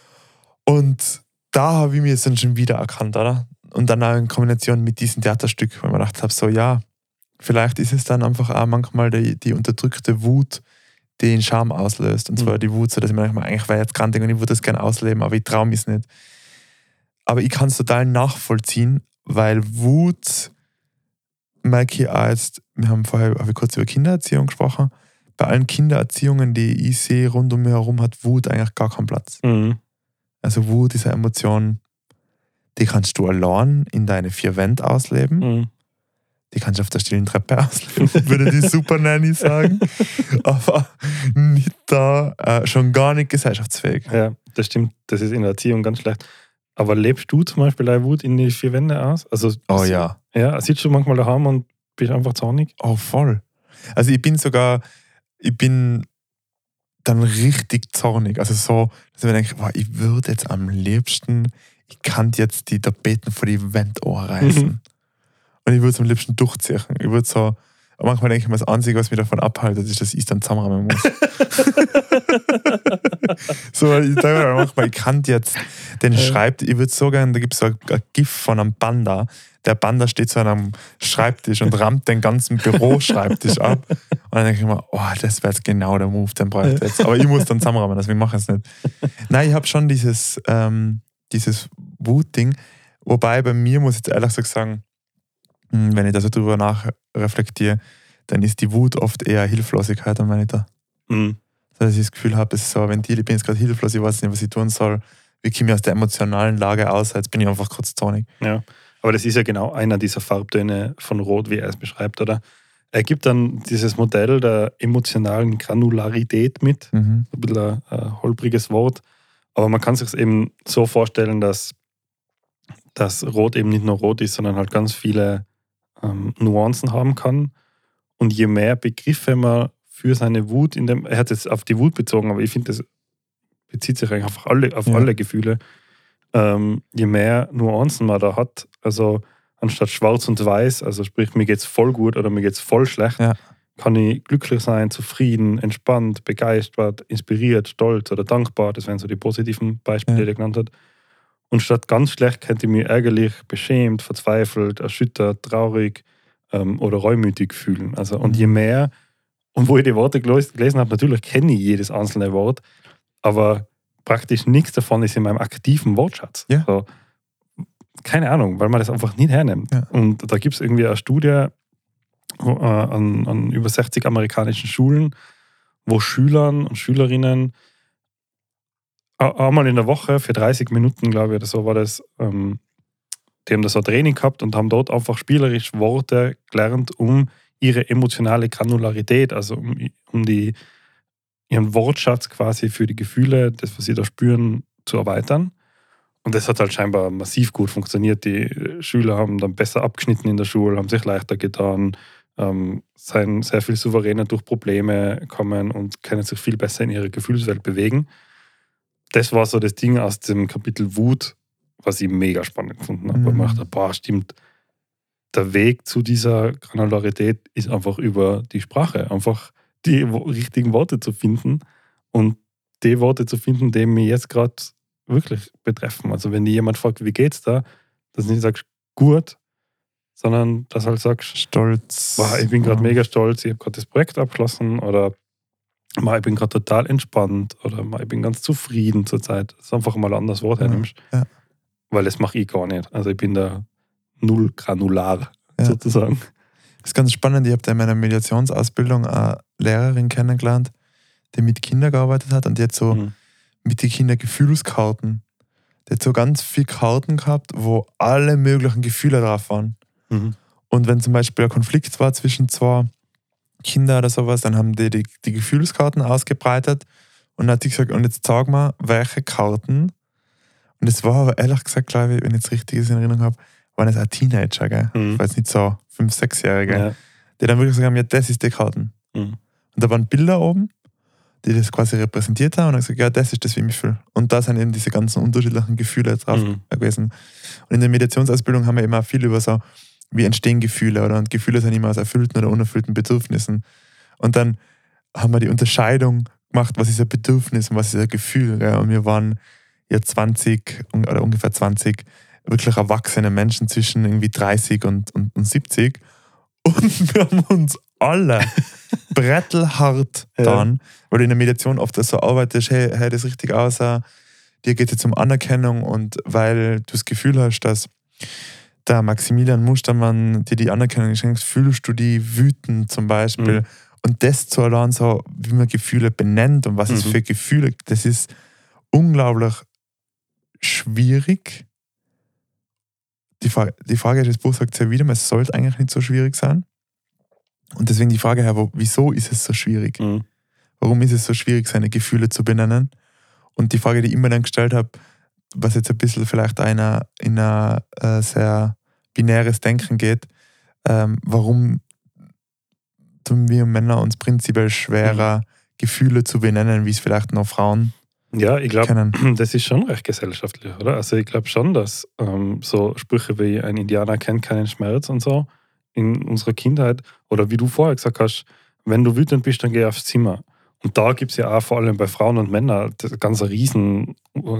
Und da habe ich mir jetzt dann schon wieder erkannt, oder? Und dann auch in Kombination mit diesem Theaterstück, weil ich mir gedacht habe, so ja, vielleicht ist es dann einfach auch manchmal die unterdrückte Wut, die den Scham auslöst. Und zwar die Wut, so dass ich mir manchmal, eigentlich wäre jetzt krank und ich würde das gerne ausleben, aber ich traue mich nicht. Aber ich kann es total nachvollziehen, weil Wut, merke ich auch jetzt, habe ich kurz über Kindererziehung gesprochen, bei allen Kindererziehungen, die ich sehe rund um mich herum, hat Wut eigentlich gar keinen Platz. Also Wut ist eine Emotion, die kannst du allein in deine 4 Wände ausleben. Die kannst du auf der stillen Treppe ausleben, würde die Super Nanny sagen. Aber nicht da, schon gar nicht gesellschaftsfähig. Ja, das stimmt. Das ist in der Erziehung ganz schlecht. Aber lebst du zum Beispiel deine Wut in die 4 Wände aus? Also, ja. Ja, sitzt du manchmal daheim und bist einfach zornig? Oh, voll. Also ich bin dann richtig zornig. Also so, dass ich mir denke, wow, ich würde jetzt am liebsten, ich kann jetzt die Tapeten vor die Wände reißen. Und ich würde es am liebsten durchziehen. Ich würde so, manchmal denke ich mir, das Einzige, was mich davon abhaltet, ist, dass ich es dann zusammenräumen muss. So, ich denke mir manchmal, ich kann jetzt den Schreibtisch, ich würde so gerne, da gibt es so ein GIF von einem Panda. Der Panda steht so an einem Schreibtisch und rammt den ganzen Büroschreibtisch ab. Und dann denke ich mir, oh, das wäre jetzt genau der Move, den brauche ich jetzt. Aber ich muss dann zusammenräumen, deswegen mache ich es nicht. Nein, ich habe schon dieses Wut-Ding. Wobei bei mir, muss ich jetzt ehrlich gesagt sagen, wenn ich da so drüber nachreflektiere, dann ist die Wut oft eher Hilflosigkeit am Monitor. dass ich das Gefühl habe, es ist so ein Ventil, ich bin jetzt gerade hilflos, ich weiß nicht, was ich tun soll. Wie komme ich aus der emotionalen Lage aus? Jetzt bin ich einfach kurz zornig. Ja, aber das ist ja genau einer dieser Farbtöne von Rot, wie er es beschreibt, oder? Er gibt dann dieses Modell der emotionalen Granularität mit. Ein bisschen ein holpriges Wort. Aber man kann sich es eben so vorstellen, dass Rot eben nicht nur rot ist, sondern halt ganz viele Nuancen haben kann. Und je mehr Begriffe man für seine Wut er hat es auf die Wut bezogen, aber ich finde, das bezieht sich eigentlich auf alle Gefühle. Je mehr Nuancen man da hat, also anstatt schwarz und weiß, also sprich, mir geht's voll gut oder mir geht's voll schlecht, kann ich glücklich sein, zufrieden, entspannt, begeistert, inspiriert, stolz oder dankbar. Das wären so die positiven Beispiele, die er genannt hat. Und statt ganz schlecht könnte ich mich ärgerlich, beschämt, verzweifelt, erschüttert, traurig oder reumütig fühlen. Also, und je mehr, und wo ich die Worte gelesen habe, natürlich kenne ich jedes einzelne Wort, aber praktisch nichts davon ist in meinem aktiven Wortschatz. Ja. So, keine Ahnung, weil man das einfach nicht hernimmt. Ja. Und da gibt es irgendwie eine Studie an über 60 amerikanischen Schulen, wo Schülern und Schülerinnen einmal in der Woche für 30 Minuten, glaube ich, oder so war das, die haben da so ein Training gehabt und haben dort einfach spielerisch Worte gelernt, um ihre emotionale Granularität, also um ihren Wortschatz quasi für die Gefühle, das, was sie da spüren, zu erweitern. Und das hat halt scheinbar massiv gut funktioniert. Die Schüler haben dann besser abgeschnitten in der Schule, haben sich leichter getan, seien sehr viel souveräner durch Probleme kommen und können sich viel besser in ihre Gefühlswelt bewegen. Das war so das Ding aus dem Kapitel Wut, was ich mega spannend gefunden habe. Man dachte, stimmt, der Weg zu dieser Granularität ist einfach über die Sprache, einfach die richtigen Worte zu finden und die Worte zu finden, die mich jetzt gerade wirklich betreffen. Also wenn dir jemand fragt, wie geht's da, dass du nicht sagst, gut, sondern dass halt sagst, stolz. Ich bin gerade mega stolz, ich habe gerade das Projekt abgeschlossen oder ich bin gerade total entspannt oder ich bin ganz zufrieden zurzeit. Das ist einfach mal ein anderes Wort hernimmst. Ja. Weil das mache ich gar nicht. Also ich bin da null granular sozusagen. Das ist ganz spannend. Ich habe da in meiner Mediationsausbildung eine Lehrerin kennengelernt, die mit Kindern gearbeitet hat und die hat so mit den Kindern Gefühlskarten. Die hat so ganz viele Karten gehabt, wo alle möglichen Gefühle drauf waren. Und wenn zum Beispiel ein Konflikt war zwischen zwei Kindern oder sowas, dann haben die Gefühlskarten ausgebreitet und dann hat sie gesagt, und jetzt sag mal, welche Karten. Und es war aber ehrlich gesagt, glaube ich, wenn ich jetzt richtig in Erinnerung habe, waren es auch Teenager, gell? Ich weiß nicht, so 5-, 6-Jährige, die dann wirklich gesagt haben, ja, das ist die Karten. Und da waren Bilder oben, die das quasi repräsentiert haben und haben gesagt, ja, das ist das, wie ich mich fühle. Und da sind eben diese ganzen unterschiedlichen Gefühle drauf gewesen. Und in der Meditationsausbildung haben wir eben auch viel über so, wie entstehen Gefühle, oder? Und Gefühle sind immer aus erfüllten oder unerfüllten Bedürfnissen. Und dann haben wir die Unterscheidung gemacht, was ist ein Bedürfnis und was ist ein Gefühl. Gell? Und wir waren ja 20 oder ungefähr 20 wirklich erwachsene Menschen zwischen irgendwie 30 und 70. Und wir haben uns alle brettelhart getan, weil du in der Mediation oft so arbeitest, hey, das richtig aus, dir geht es jetzt um Anerkennung und weil du das Gefühl hast, dass der Maximilian Mustermann dir die Anerkennung schenkt, fühlst du die wütend zum Beispiel. Und das zu allein so, wie man Gefühle benennt und was es für Gefühle, das ist unglaublich schwierig. Die Frage ist, das Buch sagt ja wieder, es sollte eigentlich nicht so schwierig sein. Und deswegen die Frage, wieso ist es so schwierig? Warum ist es so schwierig, seine Gefühle zu benennen? Und die Frage, die ich mir dann gestellt habe, was jetzt ein bisschen vielleicht in ein sehr binäres Denken geht, warum tun wir Männer uns prinzipiell schwerer, Gefühle zu benennen, wie es vielleicht noch Frauen Ja, ich glaube, das ist schon recht gesellschaftlich, oder? Also ich glaube schon, dass so Sprüche wie ein Indianer kennt keinen Schmerz und so in unserer Kindheit, oder wie du vorher gesagt hast, wenn du wütend bist, dann geh aufs Zimmer. Und da gibt es ja auch vor allem bei Frauen und Männern ganz eine riesen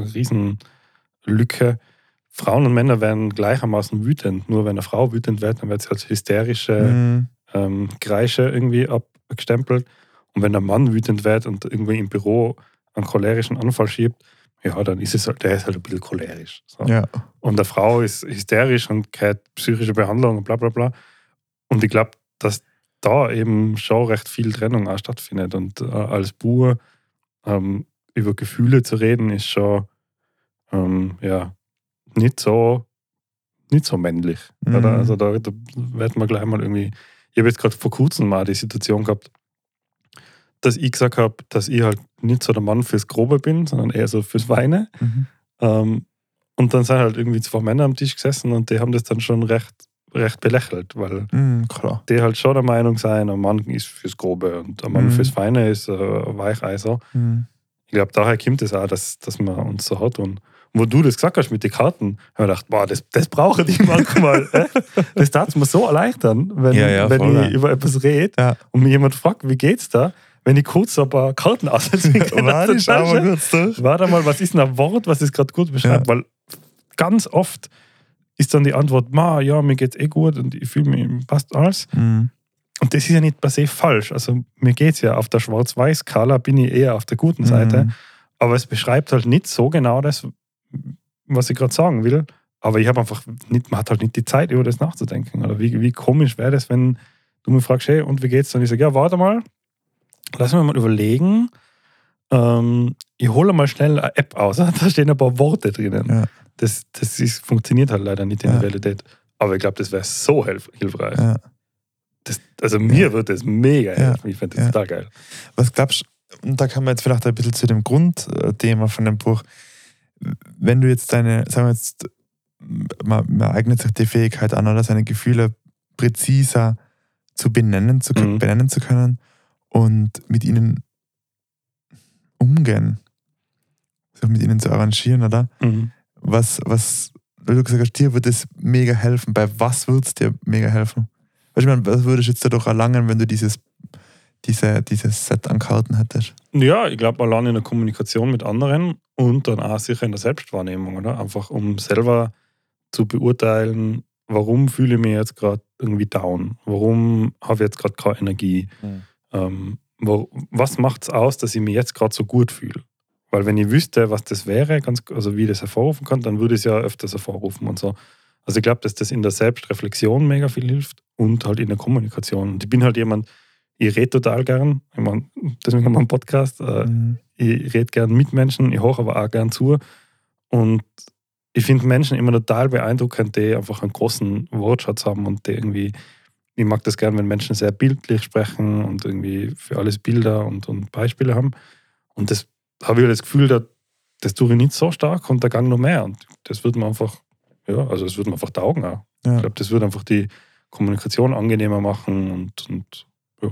Lücke. Frauen und Männer werden gleichermaßen wütend. Nur wenn eine Frau wütend wird, dann wird sie als hysterische Kreische irgendwie abgestempelt. Und wenn der Mann wütend wird und irgendwie im Büro einen cholerischen Anfall schiebt, ja, dann ist es halt, der ist halt ein bisschen cholerisch. So. Ja. Und eine Frau ist hysterisch und kriegt psychische Behandlung und bla bla bla. Und ich glaube, dass da eben schon recht viel Trennung auch stattfindet. Und als Bauer über Gefühle zu reden, ist schon nicht so männlich. Oder? Also da wird man gleich mal irgendwie. Ich habe jetzt gerade vor kurzem mal die Situation gehabt, dass ich gesagt habe, dass ich halt nicht so der Mann fürs Grobe bin, sondern eher so fürs Weine. Und dann sind halt irgendwie 2 Männer am Tisch gesessen und die haben das dann schon recht belächelt, weil die halt schon der Meinung sind, ein Mann ist fürs Grobe und ein Mann fürs Feine ist ein Weicheiser. Ich glaube, daher kommt es auch, dass man uns so hat. Und wo du das gesagt hast mit den Karten, habe ich gedacht, boah, das brauche ich manchmal. Das darf es mir so erleichtern, wenn ich über etwas rede und mich jemand fragt, wie geht's da? Wenn ich kurz ein paar Karten aussetzen kann. Warte mal, was ist denn ein Wort, was es gerade gut beschreibt? Weil ganz oft ist dann die Antwort, ja, mir geht's gut und ich fühle mich, passt alles. Und das ist ja nicht per se falsch. Also mir geht's ja auf der Schwarz-Weiß-Skala, bin ich eher auf der guten Seite. Aber es beschreibt halt nicht so genau das, was ich gerade sagen will. Aber ich habe einfach nicht, man hat halt nicht die Zeit, über das nachzudenken. Oder wie komisch wäre das, wenn du mich fragst, hey, und wie geht's? Und ich sage, ja, warte mal, lass mich mal überlegen. Ich hole mal schnell eine App aus. Da stehen ein paar Worte drinnen. Ja. Das funktioniert halt leider nicht in der Realität. Aber ich glaube, das wäre so hilfreich. Ja. Mir wird das mega helfen. Ich finde das total geil. Was glaubst du, und da kann man jetzt vielleicht ein bisschen zu dem Grundthema von dem Buch, wenn du jetzt man eignet sich die Fähigkeit an, oder seine Gefühle präziser benennen zu können und mit ihnen umgehen, sich mit ihnen zu arrangieren, oder? Was, weil du gesagt hast, dir wird es mega helfen. Bei was würde es dir mega helfen? Weißt du, was würdest du jetzt dadurch erlangen, wenn du dieses Set an Karten hättest? Ja, ich glaube, allein in der Kommunikation mit anderen und dann auch sicher in der Selbstwahrnehmung, oder? Einfach um selber zu beurteilen, warum fühle ich mich jetzt gerade irgendwie down? Warum habe ich jetzt gerade keine Energie? Was macht es aus, dass ich mich jetzt gerade so gut fühle? Weil wenn ich wüsste, was das wäre, also wie ich das hervorrufen kann, dann würde ich es ja öfters hervorrufen und so. Also ich glaube, dass das in der Selbstreflexion mega viel hilft und halt in der Kommunikation. Und ich bin halt jemand, ich rede total gern. Ich meine, deswegen haben wir einen Podcast. Ich rede gern mit Menschen, ich höre aber auch gern zu. Und ich finde Menschen immer total beeindruckend, die einfach einen großen Wortschatz haben und die irgendwie, ich mag das gern, wenn Menschen sehr bildlich sprechen und irgendwie für alles Bilder und Beispiele haben. Und das habe ich das Gefühl, das tue ich nicht so stark und da gang noch mehr. Und das wird mir einfach, es wird mir einfach taugen auch. Ja. Ich glaube, das wird einfach die Kommunikation angenehmer machen und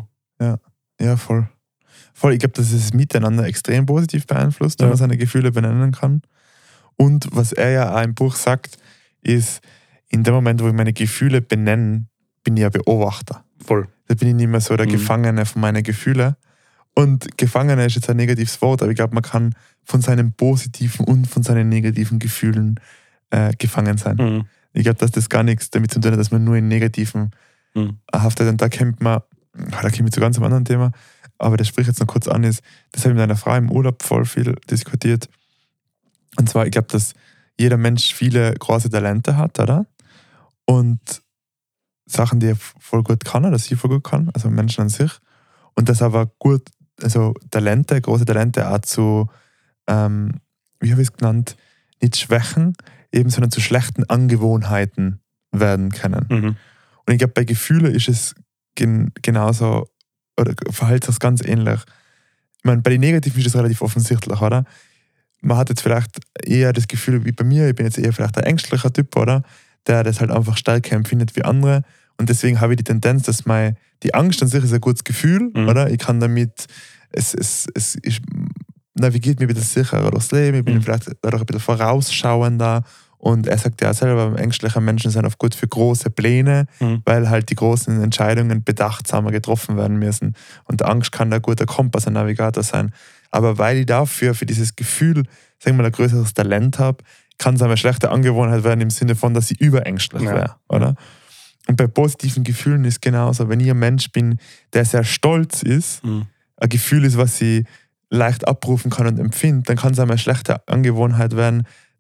Ja, voll. Ich glaube, dass es miteinander extrem positiv beeinflusst, wenn man seine Gefühle benennen kann. Und was er ja auch im Buch sagt, ist, in dem Moment, wo ich meine Gefühle benenne, bin ich ja Beobachter. Voll. Da bin ich nicht mehr so der Gefangene von meinen Gefühlen. Und Gefangene ist jetzt ein negatives Wort, aber ich glaube, man kann von seinen positiven und von seinen negativen Gefühlen gefangen sein. Ich glaube, dass das gar nichts damit zu tun hat, dass man nur in negativen haftet. Und da kommt wir zu ganz einem anderen Thema, aber das spricht jetzt noch kurz an, das habe ich mit einer Frau im Urlaub voll viel diskutiert. Und zwar, ich glaube, dass jeder Mensch viele große Talente hat, oder? Und Sachen, die er voll gut kann, oder sie voll gut kann, also Menschen an sich. Und das aber gut, also große Talente auch zu, wie habe ich es genannt, nicht Schwächen, eben, sondern zu schlechten Angewohnheiten werden können. Und ich glaube, bei Gefühlen ist es genauso, oder verhält sich ganz ähnlich. Ich meine, bei den Negativen ist es relativ offensichtlich, oder? Man hat jetzt vielleicht eher das Gefühl, wie bei mir, ich bin jetzt eher vielleicht ein ängstlicher Typ, oder? Der das halt einfach stärker empfindet wie andere. Und deswegen habe ich die Tendenz, dass die Angst an sich ist ein gutes Gefühl, oder? Ich kann damit, es navigiert mich ein bisschen sicherer durchs Leben, ich bin vielleicht dadurch ein bisschen vorausschauender. Und er sagt ja auch selber, ängstliche Menschen sind oft gut für große Pläne, weil halt die großen Entscheidungen bedachtsamer getroffen werden müssen. Und Angst kann ein guter Kompass, ein Navigator sein. Aber weil ich dafür, für dieses Gefühl, sagen wir mal, ein größeres Talent habe, kann es eine schlechte Angewohnheit werden im Sinne von, dass ich überängstlich wäre, oder? Und bei positiven Gefühlen ist genauso, wenn ich ein Mensch bin, der sehr stolz ist, ein Gefühl ist, was ich leicht abrufen kann und empfinde, dann kann es eine schlechte Angewohnheit werden,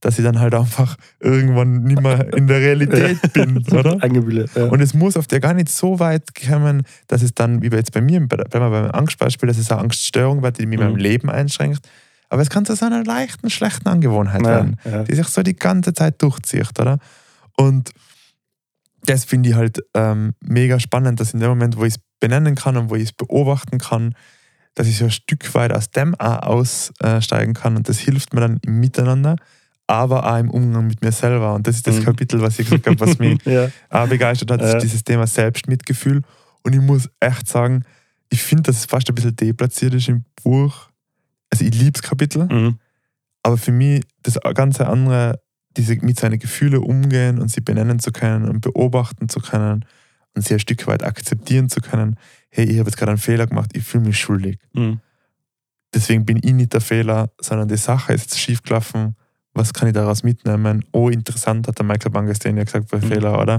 dass ich dann halt einfach irgendwann nicht mehr in der Realität bin, oder? Eingebildet, ja. Und es muss oft ja gar nicht so weit kommen, dass es dann, wie jetzt bei mir, beim Angstbeispiel, dass es eine Angststörung wird, die mich in meinem Leben einschränkt. Aber es kann zu so einer leichten, schlechten Angewohnheit werden, die sich so die ganze Zeit durchzieht, oder? Und das finde ich halt mega spannend, dass in dem Moment, wo ich es benennen kann und wo ich es beobachten kann, dass ich so ein Stück weit aus dem auch aussteigen kann und das hilft mir dann im Miteinander, aber auch im Umgang mit mir selber. Und das ist das Kapitel, was ich gesagt habe, was mich auch begeistert hat, ist dieses Thema Selbstmitgefühl. Und ich muss echt sagen, ich finde, dass es fast ein bisschen deplatziert ist im Buch. Also ich liebe das Kapitel, aber für mich das ganze andere, mit seinen Gefühlen umgehen und sie benennen zu können und beobachten zu können und sie ein Stück weit akzeptieren zu können, hey, ich habe jetzt gerade einen Fehler gemacht, ich fühle mich schuldig. Deswegen bin ich nicht der Fehler, sondern die Sache ist jetzt schief gelaufen, was kann ich daraus mitnehmen? Oh, interessant, hat der Michael Bangestein ja gesagt, bei Fehler, oder?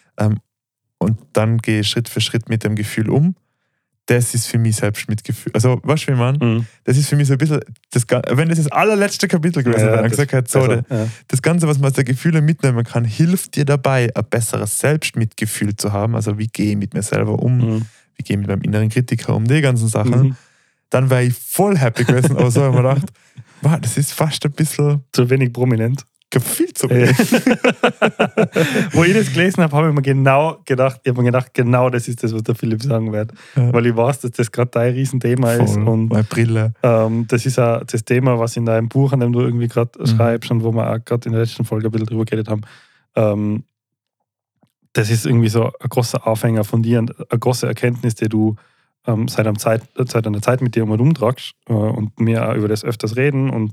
Und dann gehe ich Schritt für Schritt mit dem Gefühl um. Das ist für mich Selbstmitgefühl. Also, weißt du, wie man? Das ist für mich so ein bisschen, wenn das allerletzte Kapitel gewesen wäre, dann gesagt hat, so, das Ganze, was man aus der Gefühle mitnehmen kann, hilft dir dabei, ein besseres Selbstmitgefühl zu haben. Also, wie gehe ich mit mir selber um? Wie gehe ich mit meinem inneren Kritiker um? Die ganzen Sachen. Dann wäre ich voll happy gewesen. Aber so habe ich mir gedacht, wow, das ist fast ein bisschen zu wenig prominent. Viel zu wenig. Wo ich das gelesen habe, habe ich mir genau gedacht, genau das ist das, was der Philipp sagen wird. Ja. Weil ich weiß, dass das gerade dein Riesenthema ist. Und meine Brille. Das ist auch das Thema, was in deinem Buch, an dem du irgendwie gerade schreibst und wo wir auch gerade in der letzten Folge ein bisschen drüber geredet haben, das ist irgendwie so ein großer Aufhänger von dir und eine große Erkenntnis, die du seit einer Zeit mit dir umtragst und mir auch über das öfters reden und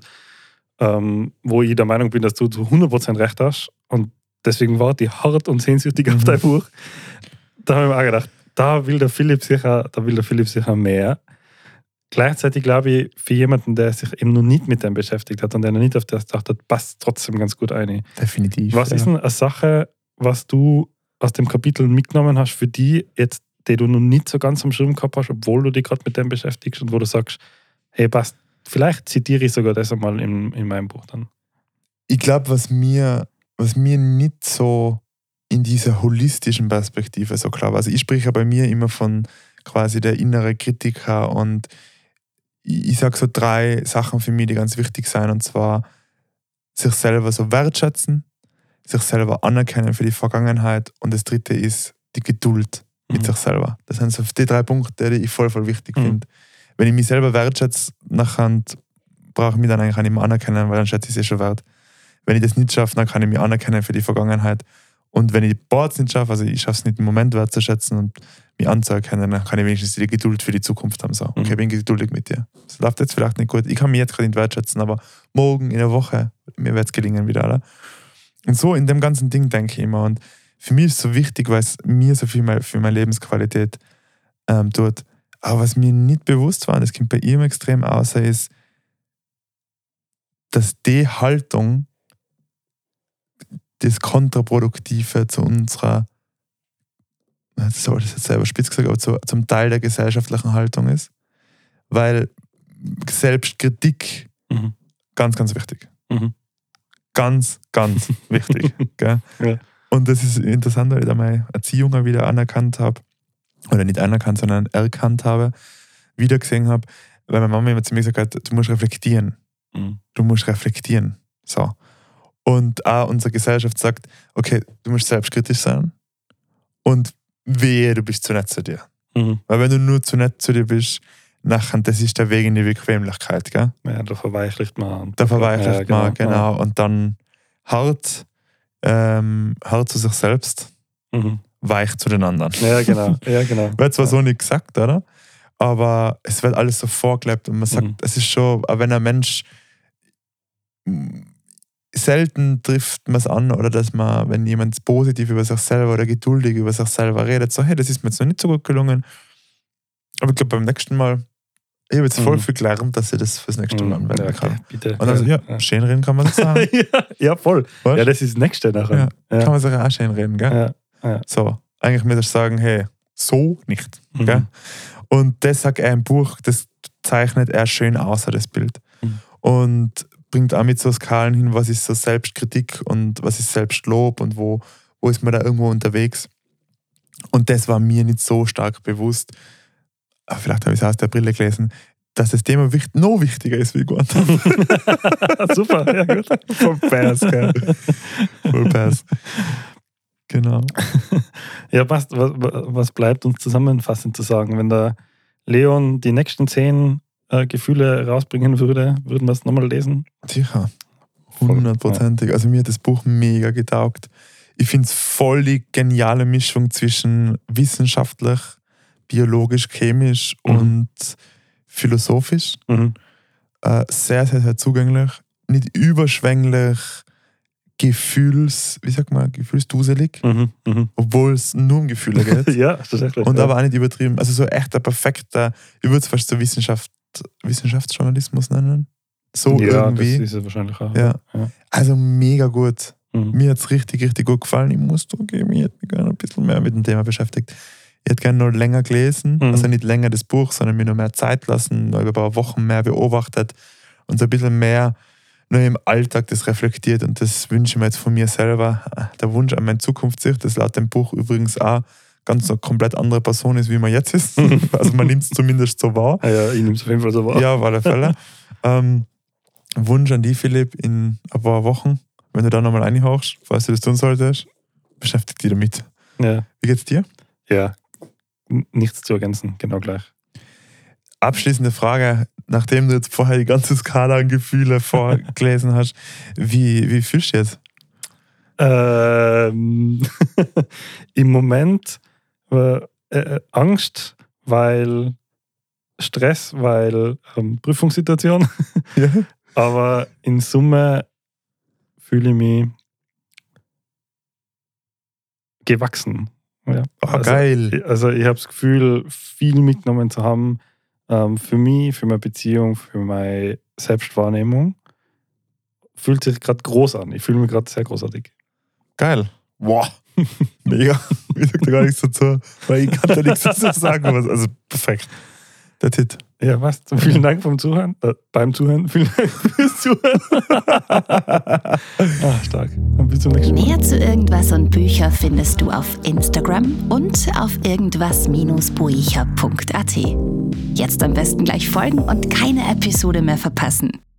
wo ich der Meinung bin, dass du zu 100% recht hast und deswegen warte ich hart und sehnsüchtig auf dein Buch. Da habe ich mir auch gedacht, da will der Philipp sicher mehr. Gleichzeitig glaube ich, für jemanden, der sich eben noch nicht mit dem beschäftigt hat und der noch nicht auf das gedacht hat, passt trotzdem ganz gut ein. Definitiv. Was ist denn eine Sache, was du aus dem Kapitel mitgenommen hast für die jetzt, die du noch nicht so ganz am Schirm gehabt hast, obwohl du dich gerade mit dem beschäftigst und wo du sagst, hey, passt, vielleicht zitiere ich sogar das einmal in meinem Buch dann. Ich glaube, was mir nicht so in dieser holistischen Perspektive so klar war, also ich spreche bei mir immer von quasi der innere Kritiker und ich sage so 3 Sachen für mich, die ganz wichtig sind, und zwar sich selber so wertschätzen, sich selber anerkennen für die Vergangenheit und das 3. ist die Geduld mit sich selber. Das sind so die 3 Punkte, die ich voll wichtig finde. Wenn ich mich selber wertschätze, nachher brauche ich mich dann eigentlich auch nicht mehr anerkennen, weil dann schätze ich es schon wert. Wenn ich das nicht schaffe, dann kann ich mich anerkennen für die Vergangenheit. Und wenn ich die Boards nicht schaffe, also ich schaffe es nicht im Moment wertzuschätzen und mich anzuerkennen, dann kann ich wenigstens die Geduld für die Zukunft haben. So, okay, ich bin geduldig mit dir. Das läuft jetzt vielleicht nicht gut. Ich kann mich jetzt gerade nicht wertschätzen, aber morgen, in der Woche, mir wird es gelingen wieder. Oder? Und so in dem ganzen Ding denke ich immer. Und für mich ist es so wichtig, weil es mir so viel für meine Lebensqualität tut. Aber was mir nicht bewusst war, und das kommt bei ihm extrem aus, ist, dass die Haltung das Kontraproduktive zu unserer, das habe ich jetzt selber spitz gesagt, aber zum Teil der gesellschaftlichen Haltung ist. Weil Selbstkritik ganz, ganz wichtig. Ganz, ganz wichtig. Gell? Ja. Und das ist interessant, weil ich da meine Erziehung wieder anerkannt habe, oder nicht anerkannt, sondern erkannt habe, wieder gesehen habe, weil meine Mama immer zu mir gesagt hat, du musst reflektieren. Du musst reflektieren. So. Und auch unsere Gesellschaft sagt, okay, du musst selbstkritisch sein und wehe, du bist zu nett zu dir. Weil wenn du nur zu nett zu dir bist, nachher, das ist der Weg in die Bequemlichkeit. Gell? Ja, da verweichlicht man. Genau. Und dann hart zu sich selbst, weich zu den anderen. Ja, genau. Wird zwar so nicht gesagt, oder? Aber es wird alles so vorgelebt und man sagt, es ist schon, wenn ein Mensch selten trifft man es an, oder dass man, wenn jemand positiv über sich selber oder geduldig über sich selber redet, so, hey, das ist mir jetzt noch nicht so gut gelungen. Aber ich glaube, beim nächsten Mal, ich habe jetzt voll viel gelernt, dass ich das fürs nächste Mal anwenden kann. Bitte. Und dann schön reden kann man das sagen. Ja, voll. Was? Ja, das ist das Nächste nachher. Ja. Kann man sich auch schön reden, gell? Ja. So, eigentlich müsste ich sagen, hey, so nicht. Gell? Und das sagt er im Buch, das zeichnet er schön aus, das Bild. Und bringt auch mit so Skalen hin, was ist so Selbstkritik und was ist Selbstlob und wo ist man da irgendwo unterwegs. Und das war mir nicht so stark bewusst, aber vielleicht habe ich es aus der Brille gelesen, dass das Thema noch wichtiger ist wie Gott. Super, ja gut. Voll Pass, gell? Voll Pass. Genau. Ja, passt. Was bleibt uns zusammenfassend zu sagen? Wenn der Leon die nächsten 10 Gefühle rausbringen würde, würden wir es nochmal lesen? Sicher. 100%. Also mir hat das Buch mega getaugt. Ich finde es voll die geniale Mischung zwischen wissenschaftlich, biologisch, chemisch und philosophisch. Sehr, sehr, sehr zugänglich. Nicht überschwänglich, gefühlsduselig. Obwohl es nur um Gefühle geht. Ja, tatsächlich. Und aber auch nicht übertrieben. Also so echt ein perfekter, ich würde es fast so Wissenschaftsjournalismus nennen. So ja, irgendwie. Das ist es wahrscheinlich auch. Ja. Also mega gut. Mhm. Mir hat es richtig, richtig gut gefallen. Ich muss zugeben, ich hätte mich gerne ein bisschen mehr mit dem Thema beschäftigt. Ich hätte gerne noch länger gelesen, also nicht länger das Buch, sondern mir noch mehr Zeit lassen, noch über ein paar Wochen mehr beobachtet und so ein bisschen mehr nur im Alltag das reflektiert. Und das wünsche ich mir jetzt von mir selber. Der Wunsch an meine Zukunftssicht, das laut dem Buch übrigens auch ganz eine komplett andere Person ist, wie man jetzt ist. Also man nimmt es zumindest so wahr. Ja, ich nehme es auf jeden Fall so wahr. Ja, auf alle Fälle. Wunsch an dich, Philipp, in ein paar Wochen, wenn du da nochmal reinhauchst, falls du das tun solltest, beschäftige dich damit. Ja. Wie geht's dir? Ja, nichts zu ergänzen, genau gleich. Abschließende Frage, nachdem du jetzt vorher die ganze Skala an Gefühle vorgelesen hast, wie fühlst du jetzt? Im Moment Angst, weil Stress, weil Prüfungssituation. Ja. Aber in Summe fühle ich mich gewachsen. Ja. Geil. Also ich habe das Gefühl, viel mitgenommen zu haben für mich, für meine Beziehung, für meine Selbstwahrnehmung. Fühlt sich gerade groß an. Ich fühle mich gerade sehr großartig. Geil. Wow. Mega. Ich sage da gar nichts dazu, weil ich kann da nichts dazu sagen. Also perfekt. That's it. Ja, was? Vielen Dank beim Zuhören. Vielen Dank fürs Zuhören. Stark. Und bis zum nächsten Mal. Mehr zu Irgendwas und Bücher findest du auf Instagram und auf irgendwas-buecher.at. Jetzt am besten gleich folgen und keine Episode mehr verpassen.